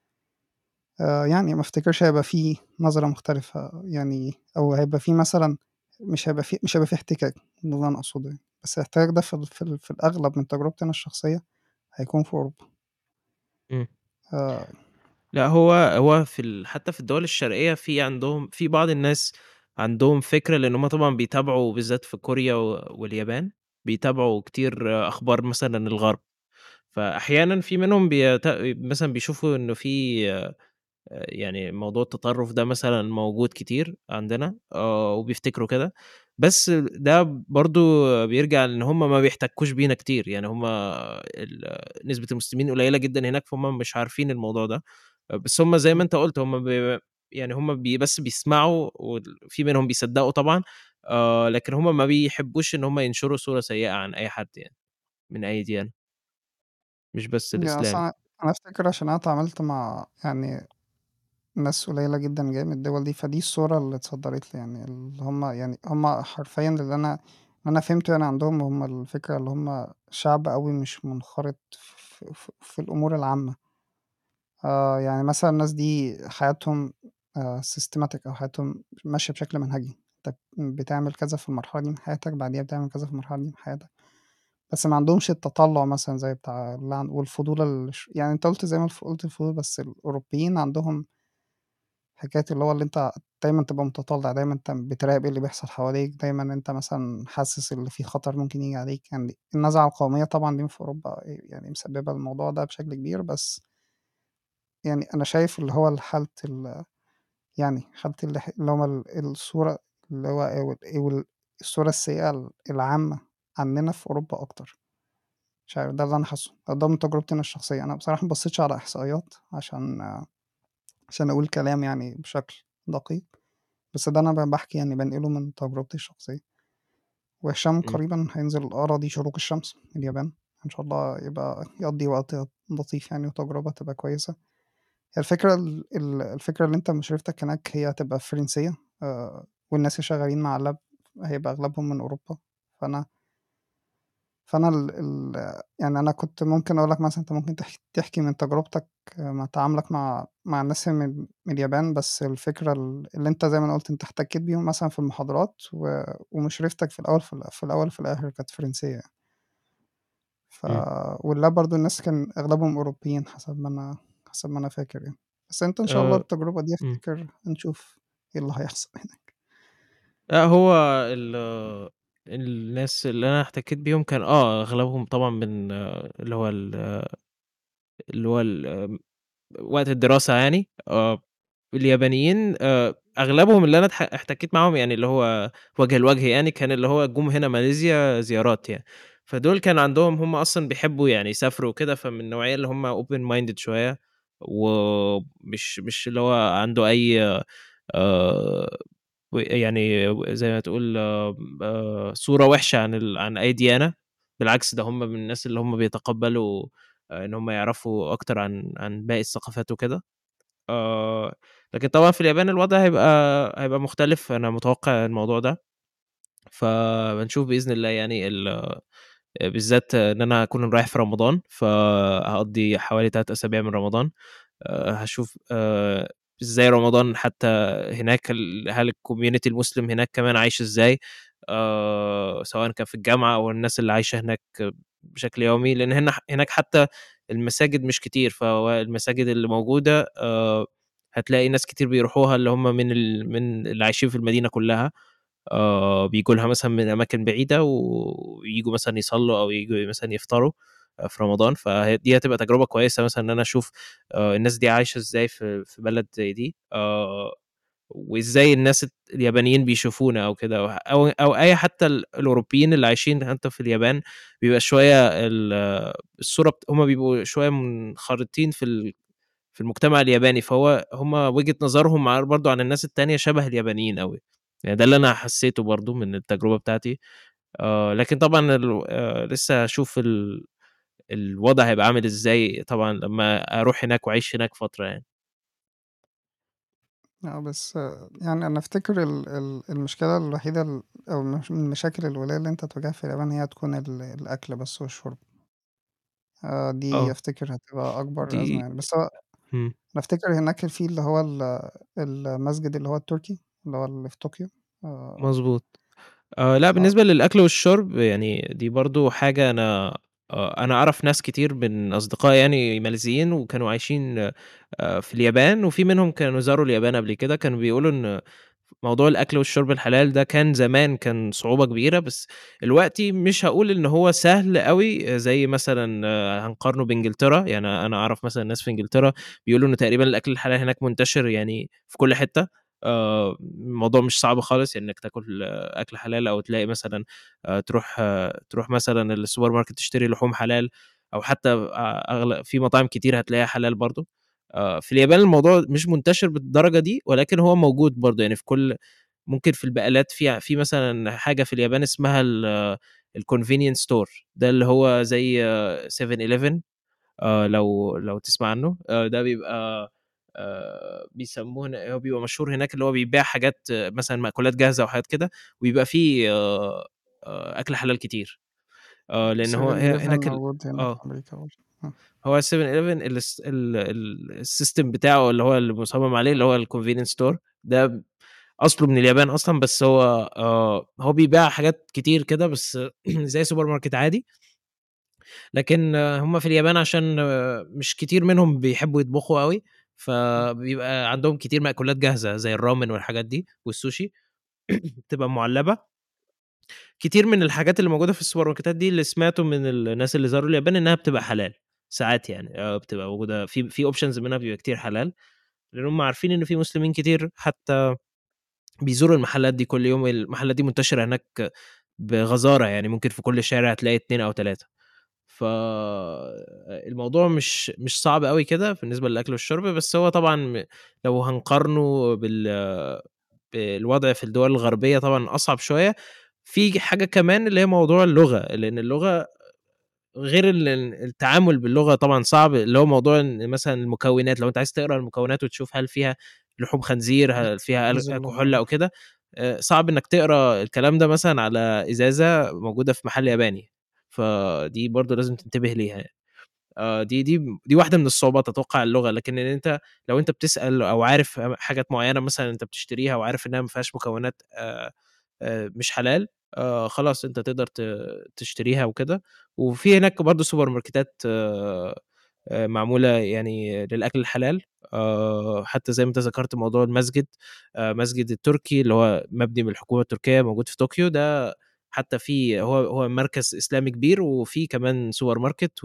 يعني ما أفتكرش هيبقى في نظرة مختلفة يعني أو هيبقى في مثلًا مش هيبقى في احتكاك، ده اللي أنا أقصده يعني، بس الاحتكاك ده في الأغلب من تجربتي أنا الشخصية هيكون في أوروبا. إمم. آآ لأ، هو حتى في الدول الشرقية في بعض الناس عندهم فكرة، لإن هُم طبعًا بيتابعوا بالذات في كوريا واليابان، بيتابعوا كتير أخبار مثلًا الغرب، فأحيانًا في منهم مثلًا بيشوفوا إنه في يعني موضوع التطرُّف ده مثلًا موجود كتير عندنا وبيفتكروا كده، بس ده برضه بيرجع لإن هم ما بيحتكّوش بينا كتير، يعني هم نسبة المسلمين قليّلة جدًا هناك، فهُم مش عارفين الموضوع ده، بس هم زي ما إمم، أنت قُلت هم يعني هم بس بيسمعوا في منهم بيصدّقوا طبعًا، لكن هم ما بيحبّوش إن هم ينشروا صورة سيئة عن أي حد يعني، من أي ديانة، مش بس يعني أصل الإسلام. أنا أفتكر عشان أنا اتعاملت مع يعني ناس قليلة جدًا جاية من الدول دي، فدي الصورة اللي اتصدّرت لي يعني، اللي هم يعني هم حرفيًا اللي أنا فهمته يعني عندهم هم الفكرة اللي هم شعب أوي مش منخرط في الأمور العامة. يعني مثلًا الناس دي حياتهم systematic أو حياتهم ماشية بشكل منهجي، أنت بتعمل كذا في المرحلة دي من حياتك، بعديها بتعمل كذا في المرحلة دي من حياتك، بس ما عندهمش التطلُّع مثلًا زي بتاع والفضول يعني أنت قُلت زي ما قُلت الفضول، بس الأوروبيين عندهم حكاية اللي أنت دايمًا تبقى متطلِّع، دايمًا أنت بتراقب إيه اللي بيحصل حواليك، دايمًا أنت مثلًا حاسس اللي في خطر ممكن ييجي عليك، يعني النزعة القومية طبعًا دي في أوروبا يعني مسببة الموضوع ده بشكل كبير، بس يعني أنا شايف اللي هو يعني حالة اللي هو الصورة اللي هو الصورة السيئة العامة عننا في أوروبا أكتر، مش عارف ده اللي أنا حاسّه، ده من تجربتي أنا الشخصية، أنا بصراحة ما بصيتش على إحصائيات عشان أقول كلام يعني بشكل دقيق، بس ده أنا باحكي يعني بانقله من تجربتي الشخصية، وهشام إمم. قريبًا هينزل الأراضي شروق الشمس اليابان، إن شاء الله يبقى يقضّي وقت لطيف يعني وتجربة تبقى كويسة. هي الفكرة اللي أنت مشرفتك هناك هي هتبقى فرنسية والناس اللي شغالين مع اللاب هيبقى أغلبهم من أوروبا، فأنا فأنا ال ال يعني أنا كنت ممكن أقول لك مثلًا أنت ممكن تحكي من تجربتك مع تعاملك مع الناس من اليابان، بس الفكرة اللي أنت زي ما أنا قُلت أنت احتكيت بيهم مثلًا في المحاضرات ومشرفتك في الأول وفي الآخر كانت فرنسية يعني. إمم. واللاب برضه الناس كان أغلبهم أوروبيين حسب ما أنا فاكر يعني، بس أنت إن شاء الله آآ التجربة دي إمم. أفتكر هنشوف إيه اللي هيحصل هناك. لأ، هو ال الناس اللي أنا احتكيت بيهم كان أغلبهم طبعًا من اللي هو اللي هو وقت الدراسة يعني، اليابانيين أغلبهم اللي أنا احتكيت معاهم يعني اللي هو وجه لوجه يعني، كان اللي هو جُم هنا ماليزيا زيارات يعني، فدول كان عندهم هم أصلًا بيحبّوا يعني يسافروا وكده، فمن النوعية اللي هم open minded شوية، مش اللي هو عنده أي آآ يعني زي ما تقول صورة وِحشة عن أي ديانة، بالعكس ده هم من الناس اللي هم بيتقبّلوا إن هم يعرفوا أكتر عن باقي الثقافات وكده. آآ لكن طبعًا في اليابان الوضع هيبقى مختلف، أنا متوقع الموضوع ده، فهنشوف بإذن الله يعني بالذات إن أنا هاكون رايح في رمضان، فهاقضّي حوالي 3 أسابيع من رمضان. هاشوف إزاي رمضان حتى هناك هل الcommunity المسلم هناك كمان عايش إزاي، سواء كان في الجامعة أو الناس اللي عايشة هناك بشكل يومي، لإن هناك حتى المساجد مش كتير، فهو المساجد اللي موجودة هتلاقي ناس كتير بيروحوها اللي هم من اللي عايشين في المدينة كلّها، بييجوا لها مثلًا من أماكن بعيدة وييجوا مثلًا يصلّوا أو ييجوا مثلًا يفطروا في رمضان، دي هتبقى تجربة كويسة مثلًا إن أنا أشوف الناس دي عايشة إزاي في بلد زي دي، وإزاي الناس اليابانيين بيشوفونا أو كده، أو أي حتى الأوروبيين اللي عايشين حتى في اليابان، بيبقى شوية الصورة هُم بيبقوا شوية منخرطين في المجتمع الياباني، هم وجهة نظرهم برضه عن الناس التانية شبه اليابانيين أوي، يعني ده اللي أنا حسيته برضه من التجربة بتاعتي. لكن طبعًا لسه هاشوف الوضع هيبقى عامل إزاي طبعًا لمّا أروح هناك وأعيش هناك فترة يعني. بس يعني أنا أفتكر المشكلة الوحيدة أو من المشاكل القليلة اللي أنت تواجهها في اليابان هي تكون الأكل بس والشرب. دي آه، أفتكر هتبقى أكبر أزمة دي يعني، بس هو إمم، أنا أفتكر هناك في اللي هو المسجد اللي هو التركي، اللي هو اللي في طوكيو. آآ مضبوط. لأ، آه، بالنسبة للأكل والشرب يعني دي برضه حاجة أنا أعرف ناس كتير من أصدقائي يعني ماليزيين وكانوا عايشين في اليابان، وفي منهم كانوا زاروا اليابان قبل كده، كانوا بيقولوا إن موضوع الأكل والشرب الحلال ده كان زمان كان صعوبة كبيرة، بس دلوقتي مش هاقول إن هو سهل أوي زي مثلًا هنقارنه بإنجلترا، يعني أنا أعرف مثلًا ناس في إنجلترا بيقولوا إن تقريبًا الأكل الحلال هناك منتشر يعني في كل حتة. الموضوع مش صعب خالص إنك تاكل أكل حلال أو تلاقي مثلًا تروح مثلًا السوبر ماركت تشتري لحوم حلال، أو حتى في مطاعم كتير هتلاقيها حلال برضه. في اليابان الموضوع مش منتشر بالدرجة دي، ولكن هو موجود برضه، يعني ممكن في البقالات في مثلًا حاجة في اليابان اسمها الconvenience store، ده اللي هو زي 7-Eleven. لو تسمع عنه، ده بيبقى بيسموه هو بيبقى مشهور هناك، اللي هو بيبيع حاجات مثلًا مأكولات جاهزة وحاجات كده، ويبقى فيه أكل حلال كتير. لإن هو 7-Eleven هناك موجود هنا في آه. أمريكا برضه. هو الSeven Eleven الsystem بتاعه اللي هو اللي مُصمم عليه اللي هو الconvenience store ده أصله من اليابان أصلًا، بس هو بيبيع حاجات كتير كده بس زي سوبر ماركت عادي، لكن هم في اليابان عشان مش كتير منهم بيحبّوا يطبخوا أوي، فبيبقى عندهم كتير مأكولات جاهزة زي الرامن والحاجات دي والسوشي بتبقى مُعلّبة. كتير من الحاجات اللي موجودة في السوبر ماركتات دي اللي سمعته من الناس اللي زاروا اليابان إنها بتبقى حلال، ساعات يعني بتبقى موجودة في options منها بيبقى كتير حلال، لإن هُم عارفين إن في مسلمين كتير حتى بيزوروا المحلات دي كل يوم، المحلات دي منتشرة هناك بغزارة، يعني ممكن في كل شارع تلاقي 2 أو 3. الموضوع مش صعب أوي كده بالنسبة للأكل والشرب، بس هو طبعًا لو هنقارنه بالوضع في الدول الغربية طبعًا أصعب شوية. في حاجة كمان اللي هي موضوع اللغة، لإن اللغة غير التعامل باللغة طبعًا صعب، اللي هو موضوع إن مثلًا المكونات، لو أنت عايز تقرا المكونات وتشوف هل فيها لحوم خنزير، هل فيها حفظ كحول اللغة. أو كده، صعب إنك تقرا الكلام ده مثلًا على إزازة موجودة في محل ياباني، فدي برضه لازم تنتبه ليها يعني. دي واحدة من الصعوبات أتوقع اللغة، لكن إن أنت لو أنت بتسأل أو عارف حاجات معيّنة مثلًا أنت بتشتريها وعارف إنها ما فيهاش مكونات مش حلال، خلاص أنت تقدر تشتريها وكده. وفي هناك برضه سوبر ماركتات معمولة يعني للأكل الحلال، حتى زي ما أنت ذكرت موضوع المسجد، مسجد التركي اللي هو مبني من الحكومة التركية موجود في طوكيو، ده حتى هو مركز إسلامي كبير، وفيه كمان سوبر ماركت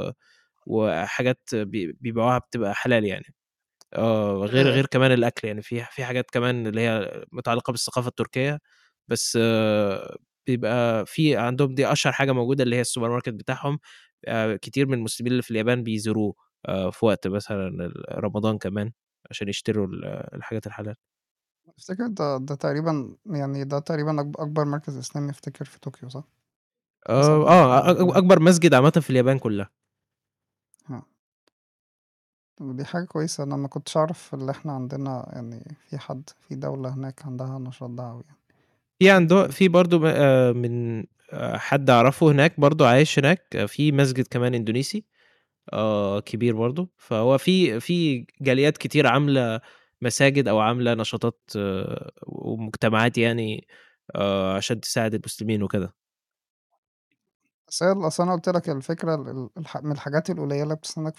وحاجات بيبيعوها بتبقى حلال يعني. آآ غير كمان الأكل، يعني في حاجات كمان اللي هي متعلقة بالثقافة التركية، بس بيبقى في عندهم دي أشهر حاجة موجودة اللي هي السوبر ماركت بتاعهم، كتير من المسلمين اللي في اليابان بيزوروه في وقت مثلًا رمضان كمان عشان يشتروا الحاجات الحلال. أفتكر ده تقريبًا يعني ده تقريبًا أكبر مركز إسلامي أفتكر في طوكيو صح؟ حسب معلوماتي. أكبر مسجد عامةً في اليابان كلها. آه. طب دي حاجة كويسة، أنا ما كنتش أعرف اللي إحنا عندنا يعني في دولة هناك عندها النشاط ده أوي يعني. دي كويسة. في برضه من حد أعرفه هناك برضه عايش هناك، في مسجد كمان إندونيسي كبير برضه، فهو في جاليات كتير عاملة مساجد أو عاملة نشاطات ومجتمعات يعني عشان تساعد المسلمين وكده. بس هي أصل أنا قُلت لك الفكرة ال ال الح من الحاجات القليلة اللي بتساندك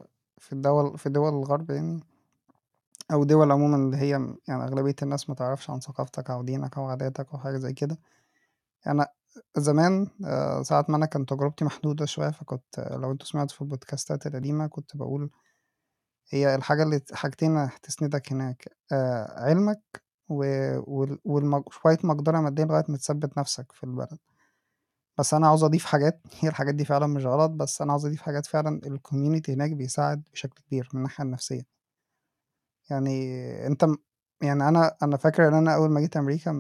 في دول الغرب يعني، أو دول عمومًا اللي هي يعني أغلبية الناس ما تعرفش عن ثقافتك أو دينك أو عاداتك أو حاجة زي كده. يعني أنا زمان ساعة ما أنا كان تجربتي محدودة شوية، فكنت لو أنتم سمعتوا في البودكاستات القديمة كنت باقول هي حاجتين هتسندك هناك، علمك و شوية مقدرة مادية لغاية ما تثبّت نَفْسك في البلد. بس أنا عاوز أضيف حاجات هي الحاجات دي فعلًا مش غلط، بس أنا عاوز أضيف حاجات فعلًا الcommunity هناك بيساعد بشكل كبير من الناحية النفسية. يعني أنت يعني أنا فاكر إن أنا أول ما جيت أمريكا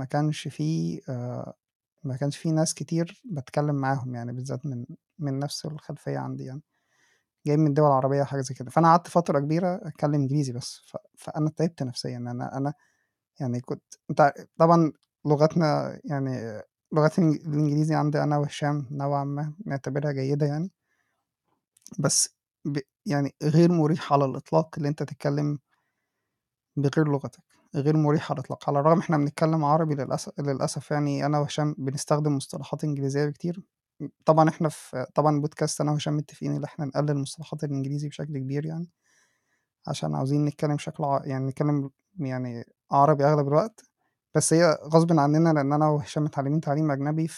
ما كانش في ناس كتير باتكلّم معاهم يعني بالذات من نفس الخلفية عندي يعني، جايين من دول عربية وحاجة زي كده، فأنا قعدت فترة كبيرة أتكلّم إنجليزي بس، فأنا تعبت نفسيًا، أنا يعني أنت طبعًا لغتنا يعني لغة الإنجليزي عندي أنا وهشام نوعًا ما نعتبرها جيدة يعني، بس يعني غير مُريح على الإطلاق اللي أنت تتكلّم بغير لغتك، غير مُريح على الإطلاق، على الرغم إحنا بنتكلّم عربي للأسف يعني أنا وهشام بنستخدم مصطلحات إنجليزية كتير، طبعًا إحنا طبعًا البودكاست أنا وهشام متّفقين إن إحنا نقلّل مصطلحات الإنجليزي بشكل كبير يعني، عشان عاوزين نتكلّم بشكل يعني نتكلّم يعني عربي أغلب الوقت، بس هي غصبٍ عننا لإن أنا وهشام متعلّمين تعليم أجنبي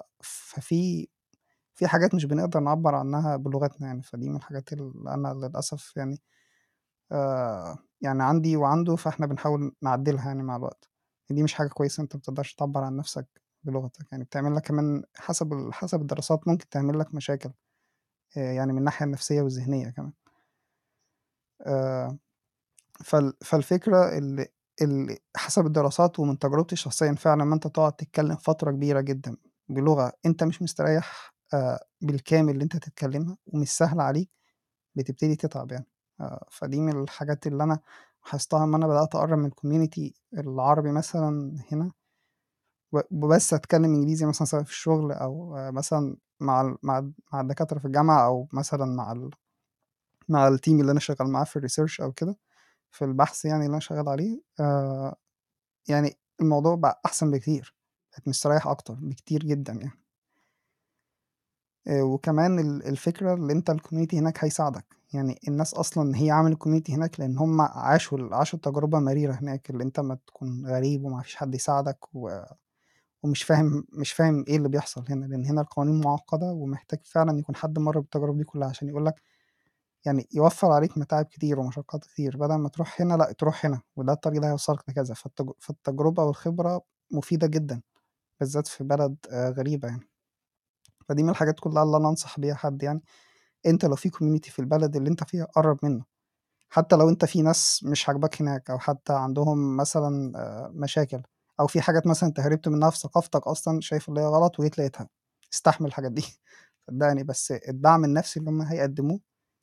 ففي حاجات مش بنقدر نعبّر عنها بلغتنا يعني، فدي من الحاجات اللي أنا للأسف يعني يعني عندي وعنده، فإحنا بنحاول نعدّلها يعني مع الوقت. دي مش حاجة كويسة، أنت ما بتقدرش تعبّر عن نَفْسك بلغتك، يعني بتعمل لك كمان حسب الدراسات ممكن تعمل لك مشاكل، يعني من الناحية النفسية والذهنية كمان. آآ فالفكرة حسب الدراسات ومن تجربتي شخصيًا فعلًا لمّا أنت تقعد تتكلّم فترة كبيرة جدًا بلغة أنت مش مستريّح بالكامل اللي أنت تتكلّمها ومش سهلة عليك، بتبتدي تتعب يعني. فدي من الحاجات اللي أنا لاحظتها أمّا أنا بدأت أقرّب من الcommunity العربي مثلًا هنا، وبس أتكلّم إنجليزي مثلًا سواء في الشغل أو مثلًا مع الدكاترة في الجامعة أو مثلًا مع الteam اللي أنا شغّال معاه في الresearch أو كده، في البحث يعني اللي أنا شغّال عليه، يعني الموضوع بقى أحسن بكتير، بقيت مستريّح أكتر بكتير جدًا يعني. وكمان الفكرة اللي أنت الcommunity هناك هيساعدك، يعني الناس أصلًا هي عملت community هناك لإن هم عاشوا تجربة مريرة هناك، اللي أنت أمّا تكون غريب وما فيش حد يساعدك ومش فاهم إيه اللي بيحصل هنا، لإن هنا القوانين معقّدة ومحتاج فعلًا يكون حد مَر بالتجارب دي كلّها عشان يقول لك يعني يوفّر عليك متاعب كتير ومشقّات كتير، بدل ما تروح هنا لأ تروح هنا، وده الطريق ده هيوصّلك لكذا، فالتجربة والخبرة مفيدة جدًا، بالذات في بلد غريبة يعني. فدي من الحاجات كلّها اللي أنا أنصح بيها حد يعني، أنت لو في community في البلد اللي أنت فيها قرّب منّه، حتى لو أنت في ناس مش عاجباك هناك أو حتى عندهم مثلًا مشاكل أو في حاجات مثلًا أنت هربت منها في ثقافتك أصلًا شايف اللي هي غلط وجيت لقيتها، استحمل الحاجات دي صدّقني، بس الدعم النفسي اللي هم هيقدّموه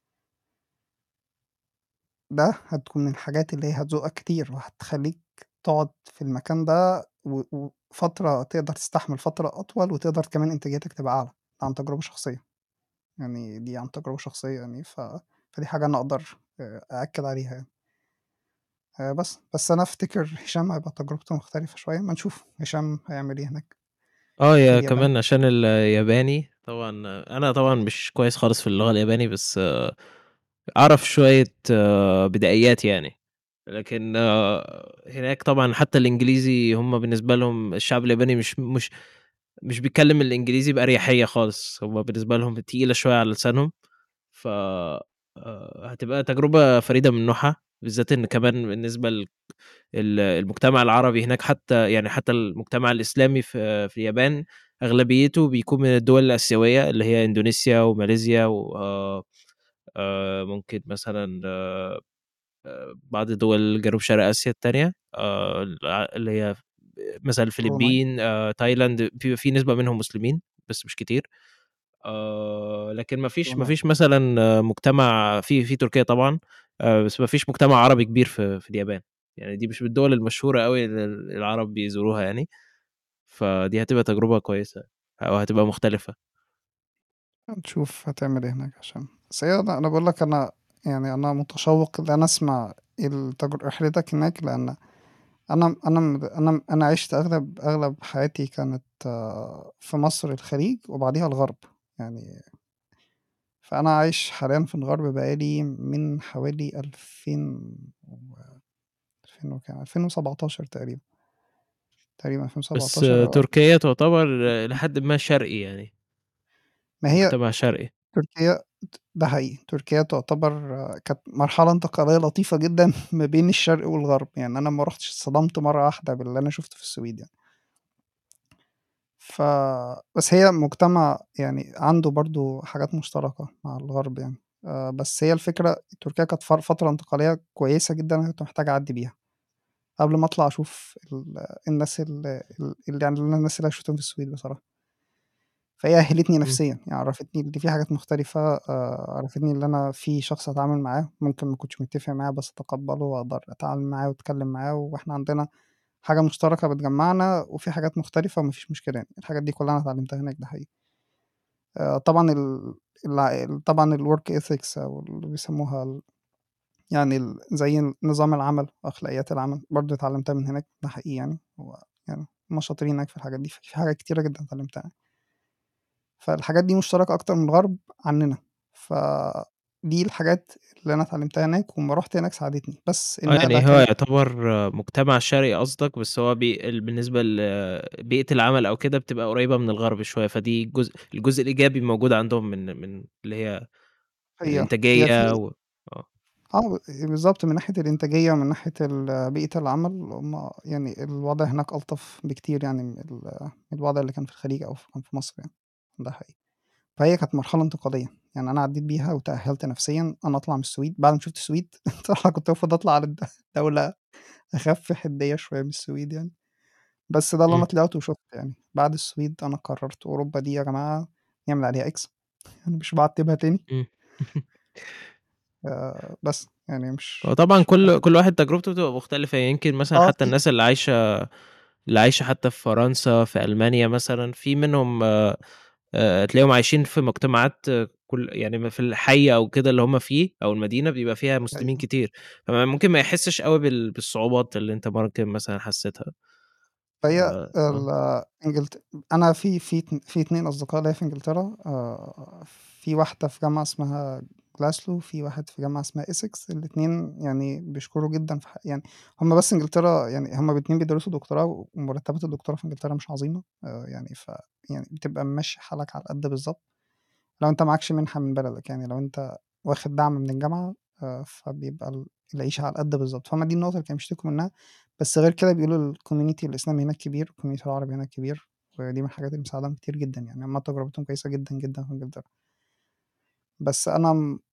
ده هتكون من الحاجات اللي هي هتزُقّك كتير وهتخلّيك تقعد في المكان ده وفترة تقدر تستحمل فترة أطول وتقدر كمان إنتاجيتك تبقى أعلى، عن تجربة شخصية. يعني دي عن تجربة شخصية يعني فدي حاجة أنا أقدر أأكد عليها يعني. بس أنا أفتكر هشام هيبقى تجربته مختلفة شوية، أمّا نشوف هشام هيعمل إيه هناك في يا اليابان. كمان عشان الياباني طبعًا أنا طبعًا مش كويس خالص في اللغة الياباني، بس أعرف شوية بدايات يعني، لكن هناك طبعًا حتى الإنجليزي هم بالنسبة لهم الشعب الياباني مش بيتكلم الإنجليزي بأريحية خالص، هم بالنسبة لهم تقيلة شوية على لسانهم، ف هتبقى تجربة فريدة من نوعها، بالذات إن كمان بالنسبة المجتمع العربي هناك حتى يعني حتى المجتمع الإسلامي في اليابان أغلبيته بيكون من الدول الآسيوية اللي هي إندونيسيا وماليزيا و ممكن مثلًا بعض دول جنوب شرق آسيا التانية اللي هي مثلًا بروناي. الفلبين، تايلاند، في نسبة منهم مسلمين بس مش كتير. لكن ما بروناي. فيش مثلًا مجتمع في تركيا طبعًا، بس ما فيش مجتمع عربي كبير في اليابان، يعني دي مش من الدول المشهورة أوي اللي العرب بيزوروها يعني، فدي هتبقى تجربة كويسة أو هتبقى مختلفة. هنشوف هتعمل إيه هناك بس هي أنا باقول لك يعني أنا متشوّق إن أنا أسمع رحلتك هناك، لإن أنا عِشت أغلب حياتي كانت في مصر الخليج وبعديها الغرب، يعني فأنا عايش حاليًا في الغرب بقى لي من حوالي 2000 وكام 2017 تقريبًا بس 2017 تركيا تعتبر إلى حدٍ ما شرقي يعني، ما هي مجتمع شرقي. تركيا ده حقيقي، تركيا تعتبر كانت مرحلة انتقالية لطيفة جدًا ما بين الشرق والغرب، يعني أنا أمّا رُحت اتصدمت مرّة واحدة باللي أنا شُفته في السويد يعني. ف بس هي مجتمع يعني عنده برضه حاجات مشتركة مع الغرب يعني، بس هي الفكرة تركيا كانت فترة انتقالية كويسة جدًا أنا كنت محتاج أعدّي بيها، قبل ما أطلع أشوف الناس يعني الناس اللي أنا شُفتهم في السويد بصراحة. فهي أهّلتني إمم، نفسيًا، يعني عرّفتني إن في حاجات مختلفة، عرّفتني إن أنا في شخص هاتعامل معاه ممكن ما أكونش متّفق معاه بس أتقبّله وأقدر أتعامل معاه وأتكلّم معاه، وإحنا عندنا حاجة مشتركة بتجمّعنا وفي حاجات مختلفة وما فيش مشكلة يعني، الحاجات دي كلّها أنا اتعلّمتها هناك ده حقيقي. طبعًا طبعًا الwork ethics أو اللي بيسموها يعني زي نظام العمل وأخلاقيات العمل، برضه اتعلّمتها من هناك ده حقيقي يعني، يعني هُم شاطرين هناك في الحاجات دي، في حاجات كتيرة جدًا اتعلّمتها. فالحاجات دي مشتركة أكتر من الغرب عننا، فدي الحاجات اللي أنا اتعلمتها هناك، وأمّا رُحت هناك ساعدتني، بس النقلة يعني هو كانت يعتبر مجتمع شرقي قصدك، بس هو بالنسبة لبيئة العمل أو كده بتبقى قريبة من الغرب شوية، فدي الجزء الإيجابي موجود عندهم من اللي هي هي في الإنتاجية آه، بالضبط من ناحية الإنتاجية ومن ناحية بيئة العمل هم يعني الوضع هناك ألطف بكتير يعني من الوضع اللي كان في الخليج أو كان في مصر يعني، ده حقيقي. فهي كانت مرحلة انتقالية، يعني أنا عدّيت بيها وتأهّلت نفسيًا أنا أطلع من السويد، بعد ما شُفت السويد بصراحة كنت المفروض أطلع على دولة أخَف حدية شوية من السويد يعني. بس ده اللي أنا إمم، طلعته وشُفته يعني، بعد السويد أنا قررت أوروبا دي يا جماعة نعمل عليها X أنا مش باعتّبها تاني، إمم. بس يعني هو مش طبعًا مش كل واحد تجربته بتبقى مختلفة، يعني يمكن مثلًا حتى في الناس اللي عايشة حتى في فرنسا، في ألمانيا مثلًا، في منهم تلاقيهم عايشين في مجتمعات يعني في الحي أو كده اللي هم فيه أو المدينة بيبقى فيها مسلمين حقيقة. كتير، فممكن ما يحسّش أوي بالصعوبات اللي أنت ممكن مثلًا حسّيتها. فهي آه، أنا في 2 أصدقاء ليّا في إنجلترا، في واحدة في جامعة اسمها Glasgow، وفي واحد في جامعة اسمها Essex، الاتنين يعني بيشكروا جدًا في يعني هم بس إنجلترا يعني هم الاتنين بيدرسوا دكتوراه، ومرتبات الدكتوراه في إنجلترا مش عظيمة، يعني يعني بتبقى ممشّي حالك على القد بالضبط. لو أنت معاكش مِنحة من بلدك، يعني لو أنت واخد دعم من الجامعة، فبيبقى العيشة على القد بالضبط، فهُم دي النقطة اللي كانوا بيشتكوا منها، بس غير كده بيقولوا الcommunity الإسلامي هناك كبير، الcommunity العربي هناك كبير، ودي من الحاجات اللي مساعداهم كتير جدًا يعني، هُم تجربتهم كويسة جدًا، جدًا في إنجلترا. بس أنا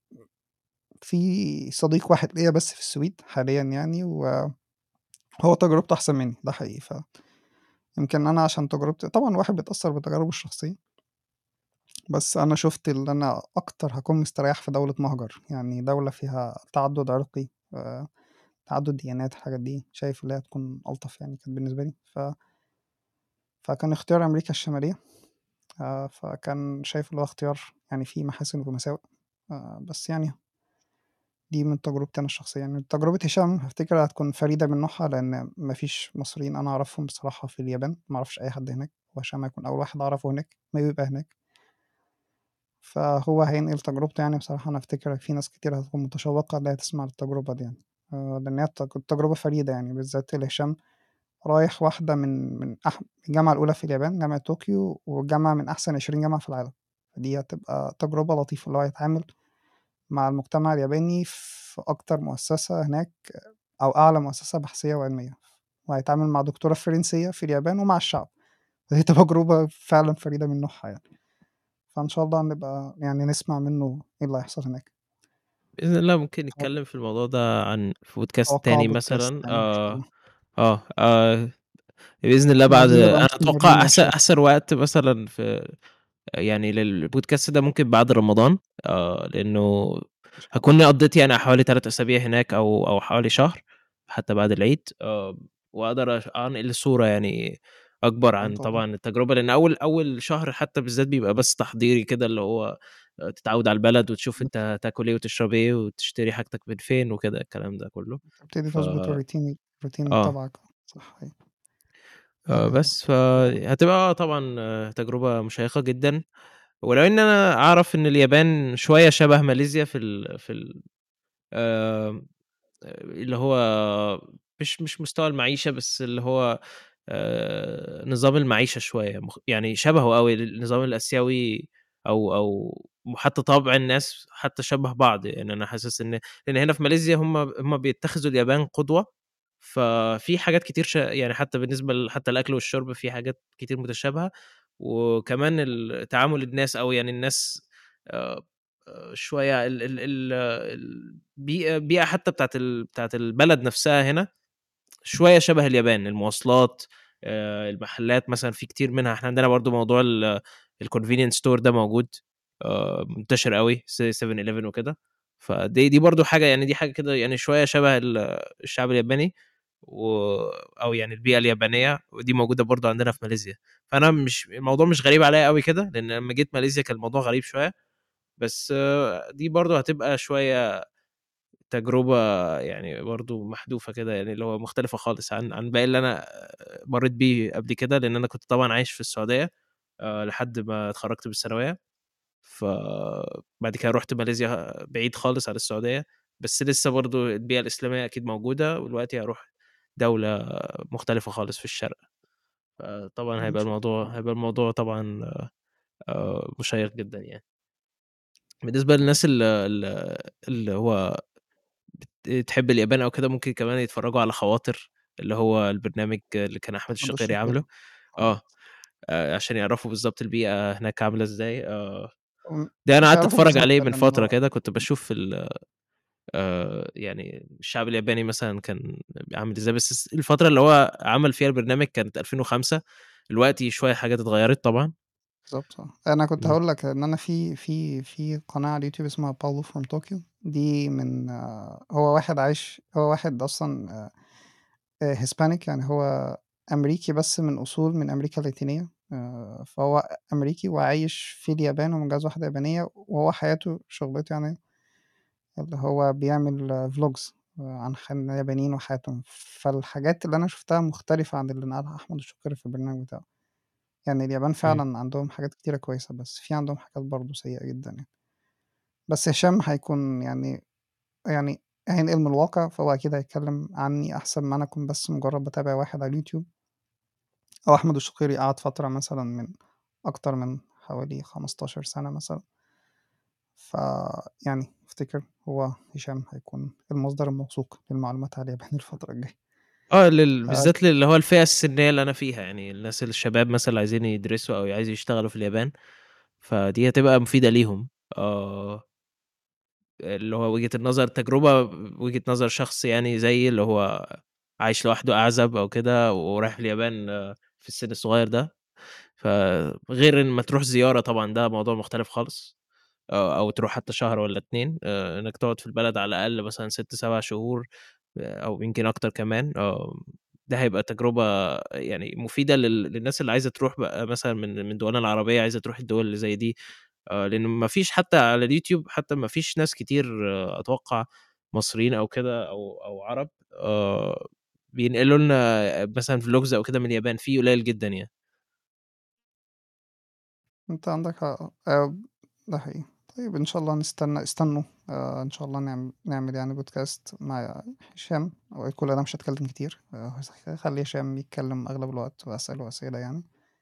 في صديق واحد ليّا بس في السويد حاليًا يعني، وهو تجربته أحسن منّي، ده حقيقي، يمكن أنا عشان تجربتي طبعًا الواحد بيتأثّر بتجاربه الشخصية. بس أنا شُفت اللي أنا أكتر هاكون مستريّح في دولة مهجر، يعني دولة فيها تعدُّد عرقي، تعدُّد ديانات، الحاجات دي، شايف اللي هي هتكون ألطف يعني كانت بالنسبة لي، فكان اختيار أمريكا الشمالية، فكان شايف اللي هو اختيار يعني فيه محاسن ومساوئ، بس يعني دي من تجربتي أنا الشخصية يعني. تجربة هشام هافتكر هتكون فريدة من نوعها، لإن ما فيش مصريين أنا أعرفهم بصراحة في اليابان، ما أعرفش أي حد هناك، وهشام هيكون أول واحد أعرفه هناك يبقى هناك. فهو هينقل تجربته يعني بصراحة أنا أفتكر في ناس كتير هتكون متشوقة إن هي تسمع التجربة دي يعني، لإن هي تجربة فريدة يعني بالذات لهشام رايح واحدة من الجامعة الأولى في اليابان جامعة طوكيو، وجامعة من أحسن 20 جامعة في العالم، فدي هتبقى تجربة لطيفة اللي هو يتعامل مع المجتمع الياباني في أكتر مؤسسة هناك أو أعلى مؤسسة بحثية وعلمية، وهيتعامل مع دكتورة فرنسية في اليابان ومع الشعب، فدي تجربة فعلًا فريدة من نوعها يعني. فإن شاء الله نبقى يعني نسمع منّه إيه اللي هيحصل هناك. بإذن الله ممكن نتكلّم في الموضوع ده في podcast أتوقعه تاني بودكاست مثلًا تاني إن شاء الله. بإذن الله إحنا بعد عايزين نبقى أنا مستمرين أتوقع نشاط أحسن وقت مثلًا يعني للبودكاست ده ممكن بعد رمضان، لإنه إن شاء الله. هاكون قضيت يعني حوالي 3 أسابيع هناك أو حوالي شهر، حتى بعد العيد، وأقدر أنقل صورة يعني أكبر إن عن شاء الله. طبعًا التجربة، لإن أول شهر حتى بالذات بيبقى بس تحضيري كده، اللي هو تتعوّد على البلد وتشوف أنت بالضبط. هتاكل إيه وتشرب إيه وتشتري حاجتك من فين وكده الكلام ده كلّه. تبتدي ف تضبط الروتين آه. تبعك. صح أيوه. دي حقيقة. بس فهتبقى طبعًا تجربة مشيّقة جدًا، ولو إن أنا أعرف إن اليابان شوية شبه ماليزيا في آمم، اللي هو مش مستوى المعيشة، بس اللي هو نظام المعيشة شوية يعني شبهه أوي النظام الآسيوي أو حتى طبع الناس حتى شبه بعض، يعني أنا حاسس لإن هنا في ماليزيا هم بيتخذوا اليابان قدوة، ففي حاجات كتير يعني حتى بالنسبة حتى الأكل والشرب في حاجات كتير متشابهة، وكمان تعامل الناس، أو يعني الناس آآ شوية البيئة حتى بتاعة البلد نفسها هنا شوية شبه اليابان، المواصلات، المحلات مثلًا في كتير منها، إحنا عندنا برضه موضوع الconvenience store ده موجود، منتشر أوي 7-Eleven وكده، دي برضه حاجة، يعني دي حاجة كده يعني شوية شبه الشعب الياباني، أو يعني البيئة اليابانية، ودي موجودة برضه عندنا في ماليزيا، فأنا مش الموضوع مش غريب عليّا أوي كده، لإن لمّا جيت ماليزيا كان الموضوع غريب شوية، بس دي برضه هتبقى شوية تجربة يعني برضه محذوفة كده، يعني اللي هو مختلفة خالص عن باقي اللي أنا مرّيت بيه قبل كده، لإن أنا كنت طبعًا عايش في السعودية لحد ما اتخرّجت من الثانوية، فبعد كده رُحت ماليزيا بعيد خالص عن السعودية، بس لسه برضه البيئة الإسلامية أكيد موجودة، ودلوقتي هاروح دولة مختلفة خالص في الشرق، فطبعًا إن شاء الله. هيبقى الموضوع طبعًا مشيّق جدًا يعني. بالنسبة آه، للناس اللي هو تحب اليابان أو كده، ممكن كمان يتفرّجوا على خواطر، اللي هو البرنامج اللي كان أحمد أحمد الشقيري عامله، الشاكري. آه، آه، عشان يعرفوا بالضبط البيئة هناك عاملة إزاي، ده أنا مش قعدت هيعرفوا أتفرّج بالضبط عليه من لإن فترة هو كده، كنت باشوف يعني الشعب الياباني مثلًا كان عامل إزاي، بس الفترة اللي هو عمل فيها البرنامج كانت 2005، دلوقتي شوية حاجات اتغيّرت طبعًا. بالضبط أنا كنت إمم، هاقول لك إن أنا في قناة على اليوتيوب اسمها Paulo from Tokyo. دي من هو واحد أصلًا Hispanic، يعني هو أمريكي بس من أصول من أمريكا اللاتينية. فهو أمريكي وعايش في اليابان ومتجوز واحدة يابانية، وهو حياته شُغلته يعني اللي هو بيعمل vlogs عن اليابانيين وحياتهم. فالحاجات اللي أنا شُفتها مختلفة عن اللي نقلها أحمد الشقيري في البرنامج بتاعه. يعني اليابان إمم، فعلًا عندهم حاجات كتيرة كويسة، بس في عندهم حاجات برضه سيئة جدًا يعني. بس هشام هيكون يعني هينقل من الواقع، فهو أكيد هيتكلم عني أحسن ما أنا أكون بس مجرد باتابع واحد على اليوتيوب. هو أحمد الشقيري قعد فترة مثلًا من أكتر من حوالي 15 سنة مثلًا. فيعني أفتكر هو هشام هيكون المصدر الموثوق للمعلومات على اليابان الفترة الجاية. آآ بالذات اللي هو الفئة السنية اللي أنا فيها، يعني الناس الشباب مثلًا اللي عايزين يدرسوا أو عايزين يشتغلوا في اليابان، فدي هتبقى مفيدة ليهم، اللي هو وجهة نظر شخص يعني زيي، اللي هو عايش لوحده أعزب أو كده ورايح اليابان في السن الصغير ده، فغير إن ما تروح زيارة طبعًا ده موضوع مختلف خالص، أو تروح حتى شهر والّا 2، إنك تقعد في البلد على الأقل مثلًا 6، 7 شهور، أو يمكن أكتر كمان، ده هيبقى تجربة يعني مفيدة للناس اللي عايزة تروح بقى مثلًا من دولنا العربية، عايزة تروح الدول اللي زي دي. لإن ما فيش حتى على اليوتيوب، حتى ما فيش ناس كتير أتوقع مصريين أو كده، أو عرب بينقلوا لنا مثلًا vlogs أو كده من اليابان، في قليل جدًا يعني. أنت عندك حق. ده حقيقي. طيب إن شاء الله استنوا إن شاء الله نعمل يعني بودكاست مع هشام. وكل أنا مش هاتكلم كتير، هاخلّي هشام يتكلم أغلب الوقت وأسأله أسئلة يعني.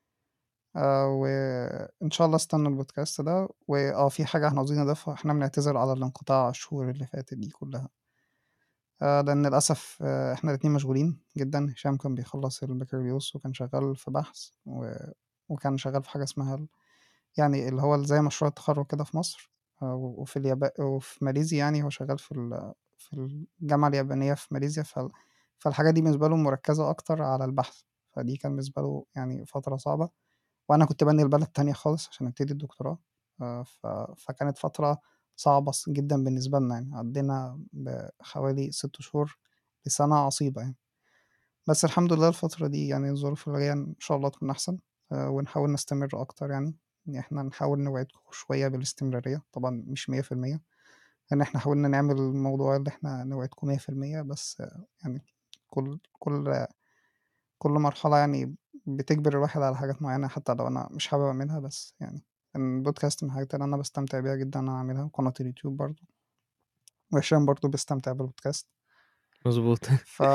وإن شاء الله استنوا البودكاست ده. في حاجة إحنا عاوزين نضيفها: إحنا بنعتذر على الانقطاع الشهور اللي فاتت دي كلها. لإن للأسف إحنا الاتنين مشغولين جدًا. هشام كان بيخلّص البكالوريوس وكان شغال في بحث، وكان شغال في حاجة اسمها يعني اللي هو زي مشروع التخرُّج كده في مصر. وفي ماليزيا، يعني هو شغال في الجامعة اليابانية في ماليزيا. فالحاجة دي بالنسبة له مركّزة أكتر على البحث. فدي كان بالنسبة له يعني فترة صعبة. وأنا كنت بانقل بلد تانية خالص عشان أبتدي الدكتوراه. فكانت فترة صعبة جدًا بالنسبة لنا يعني. عدّينا بحوالي 6 شهور لسنة عصيبة يعني. بس الحمد لله الفترة دي يعني الظروف اللي جاية إن شاء الله تكون أحسن. ونحاول نستمر أكتر يعني. إن إحنا نحاول نوعدكم شوية بالاستمرارية، طبعًا مش 100%. لإن إحنا حاولنا نعمل الموضوع اللي إحنا نوعدكم 100%، بس يعني كل كل كل مرحلة يعني بتجبر الواحد على حاجات معيّنة حتى لو أنا مش حابب أعملها. بس يعني البودكاست من الحاجات اللي أنا باستمتع بيها جدًا إن أنا أعملها، وقناة اليوتيوب برضه. وهشام برضه بيستمتع بالبودكاست. مضبوط. ف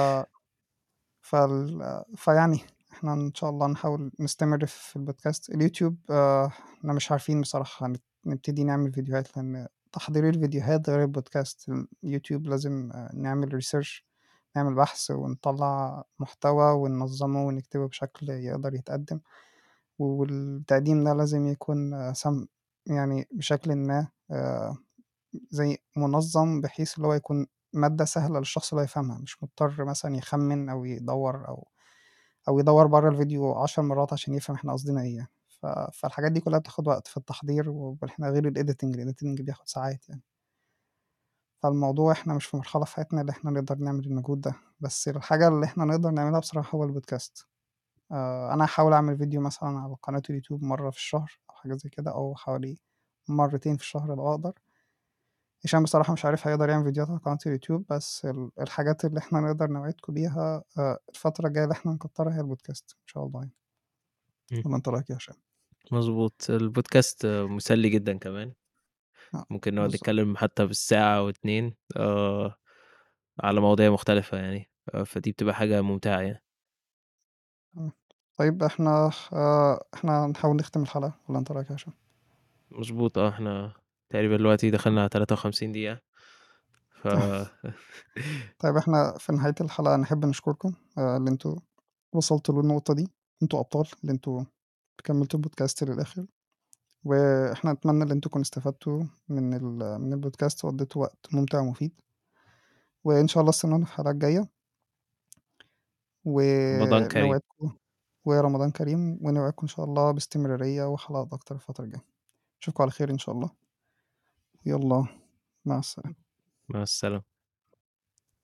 فيعني إحنا إن شاء الله نحاول نستمر في البودكاست. اليوتيوب إحنا مش عارفين بصراحة نبتدي نعمل فيديوهات، لإن تحضير الفيديوهات غير البودكاست. اليوتيوب لازم نعمل research، نعمل بحث ونطلّع محتوى وننظّمه ونكتبه بشكل يقدر يتقدّم. والتقديم ده لازم يكون يعني بشكلٍ ما زي منظَّم بحيث اللي هو يكون مادة سهلة للشخص اللي هو يفهمها، مش مضطر مثلًا يخمِّن أو يدوّر أو يدوّر برّه الفيديو 10 مرات عشان يفهم إحنا قصدنا إيه يعني. فالحاجات دي كلّها بتاخد وقت في التحضير، وإحنا غير الediting بياخد ساعات يعني. فالموضوع إحنا مش في مرحلة في حياتنا اللي إحنا نقدر نعمل المجهود ده، بس الحاجة اللي إحنا نقدر نعملها بصراحة هو البودكاست. أنا هاحاول أعمل فيديو مثلًا على قناة اليوتيوب مرّة في الشهر أو حاجة زي كده، أو حوالي مرتين في الشهر لو أقدر. هشام بصراحة مش عارف هيقدر يعمل فيديوهات على قناة اليوتيوب، بس الحاجات اللي إحنا نقدر نوعدكم بيها الفترة الجاية اللي إحنا نكترها هي البودكاست إن شاء الله يعني. إمم، والّا أنت رأيك إيه يا هشام؟ مضبوط. البودكاست مسلي جدًا كمان، ممكن نقعد بالضبط. نتكلم حتى بالساعة أو 2 على مواضيع مختلفة يعني، فدي بتبقى حاجة ممتعة يعني. إمم. طيب إحنا هنحاول نختم الحلقة والّا أنت رأيك إيه يا هشام؟ مضبوط إحنا تقريبًا دلوقتي دخلنا على 53 دقيقة، ف طيب إحنا في نهاية الحلقة نحب نشكركم اللي أنتم وصلتوا للنقطة دي، أنتم أبطال اللي أنتم كمّلتوا البودكاست للآخر، وإحنا نتمنى إن أنتم تكونوا استفدتوا من البودكاست وقضيتوا وقت ممتع ومفيد، وإن شاء الله استنونا في الحلقة الجاية، رمضان كريم. ونوعدكم ورمضان كريم، ونوعدكم إن شاء الله باستمرارية وحلقات أكتر الفترة الجاية. أشوفكم على خير إن شاء الله، يالّا مع السلامة. مع السلامة.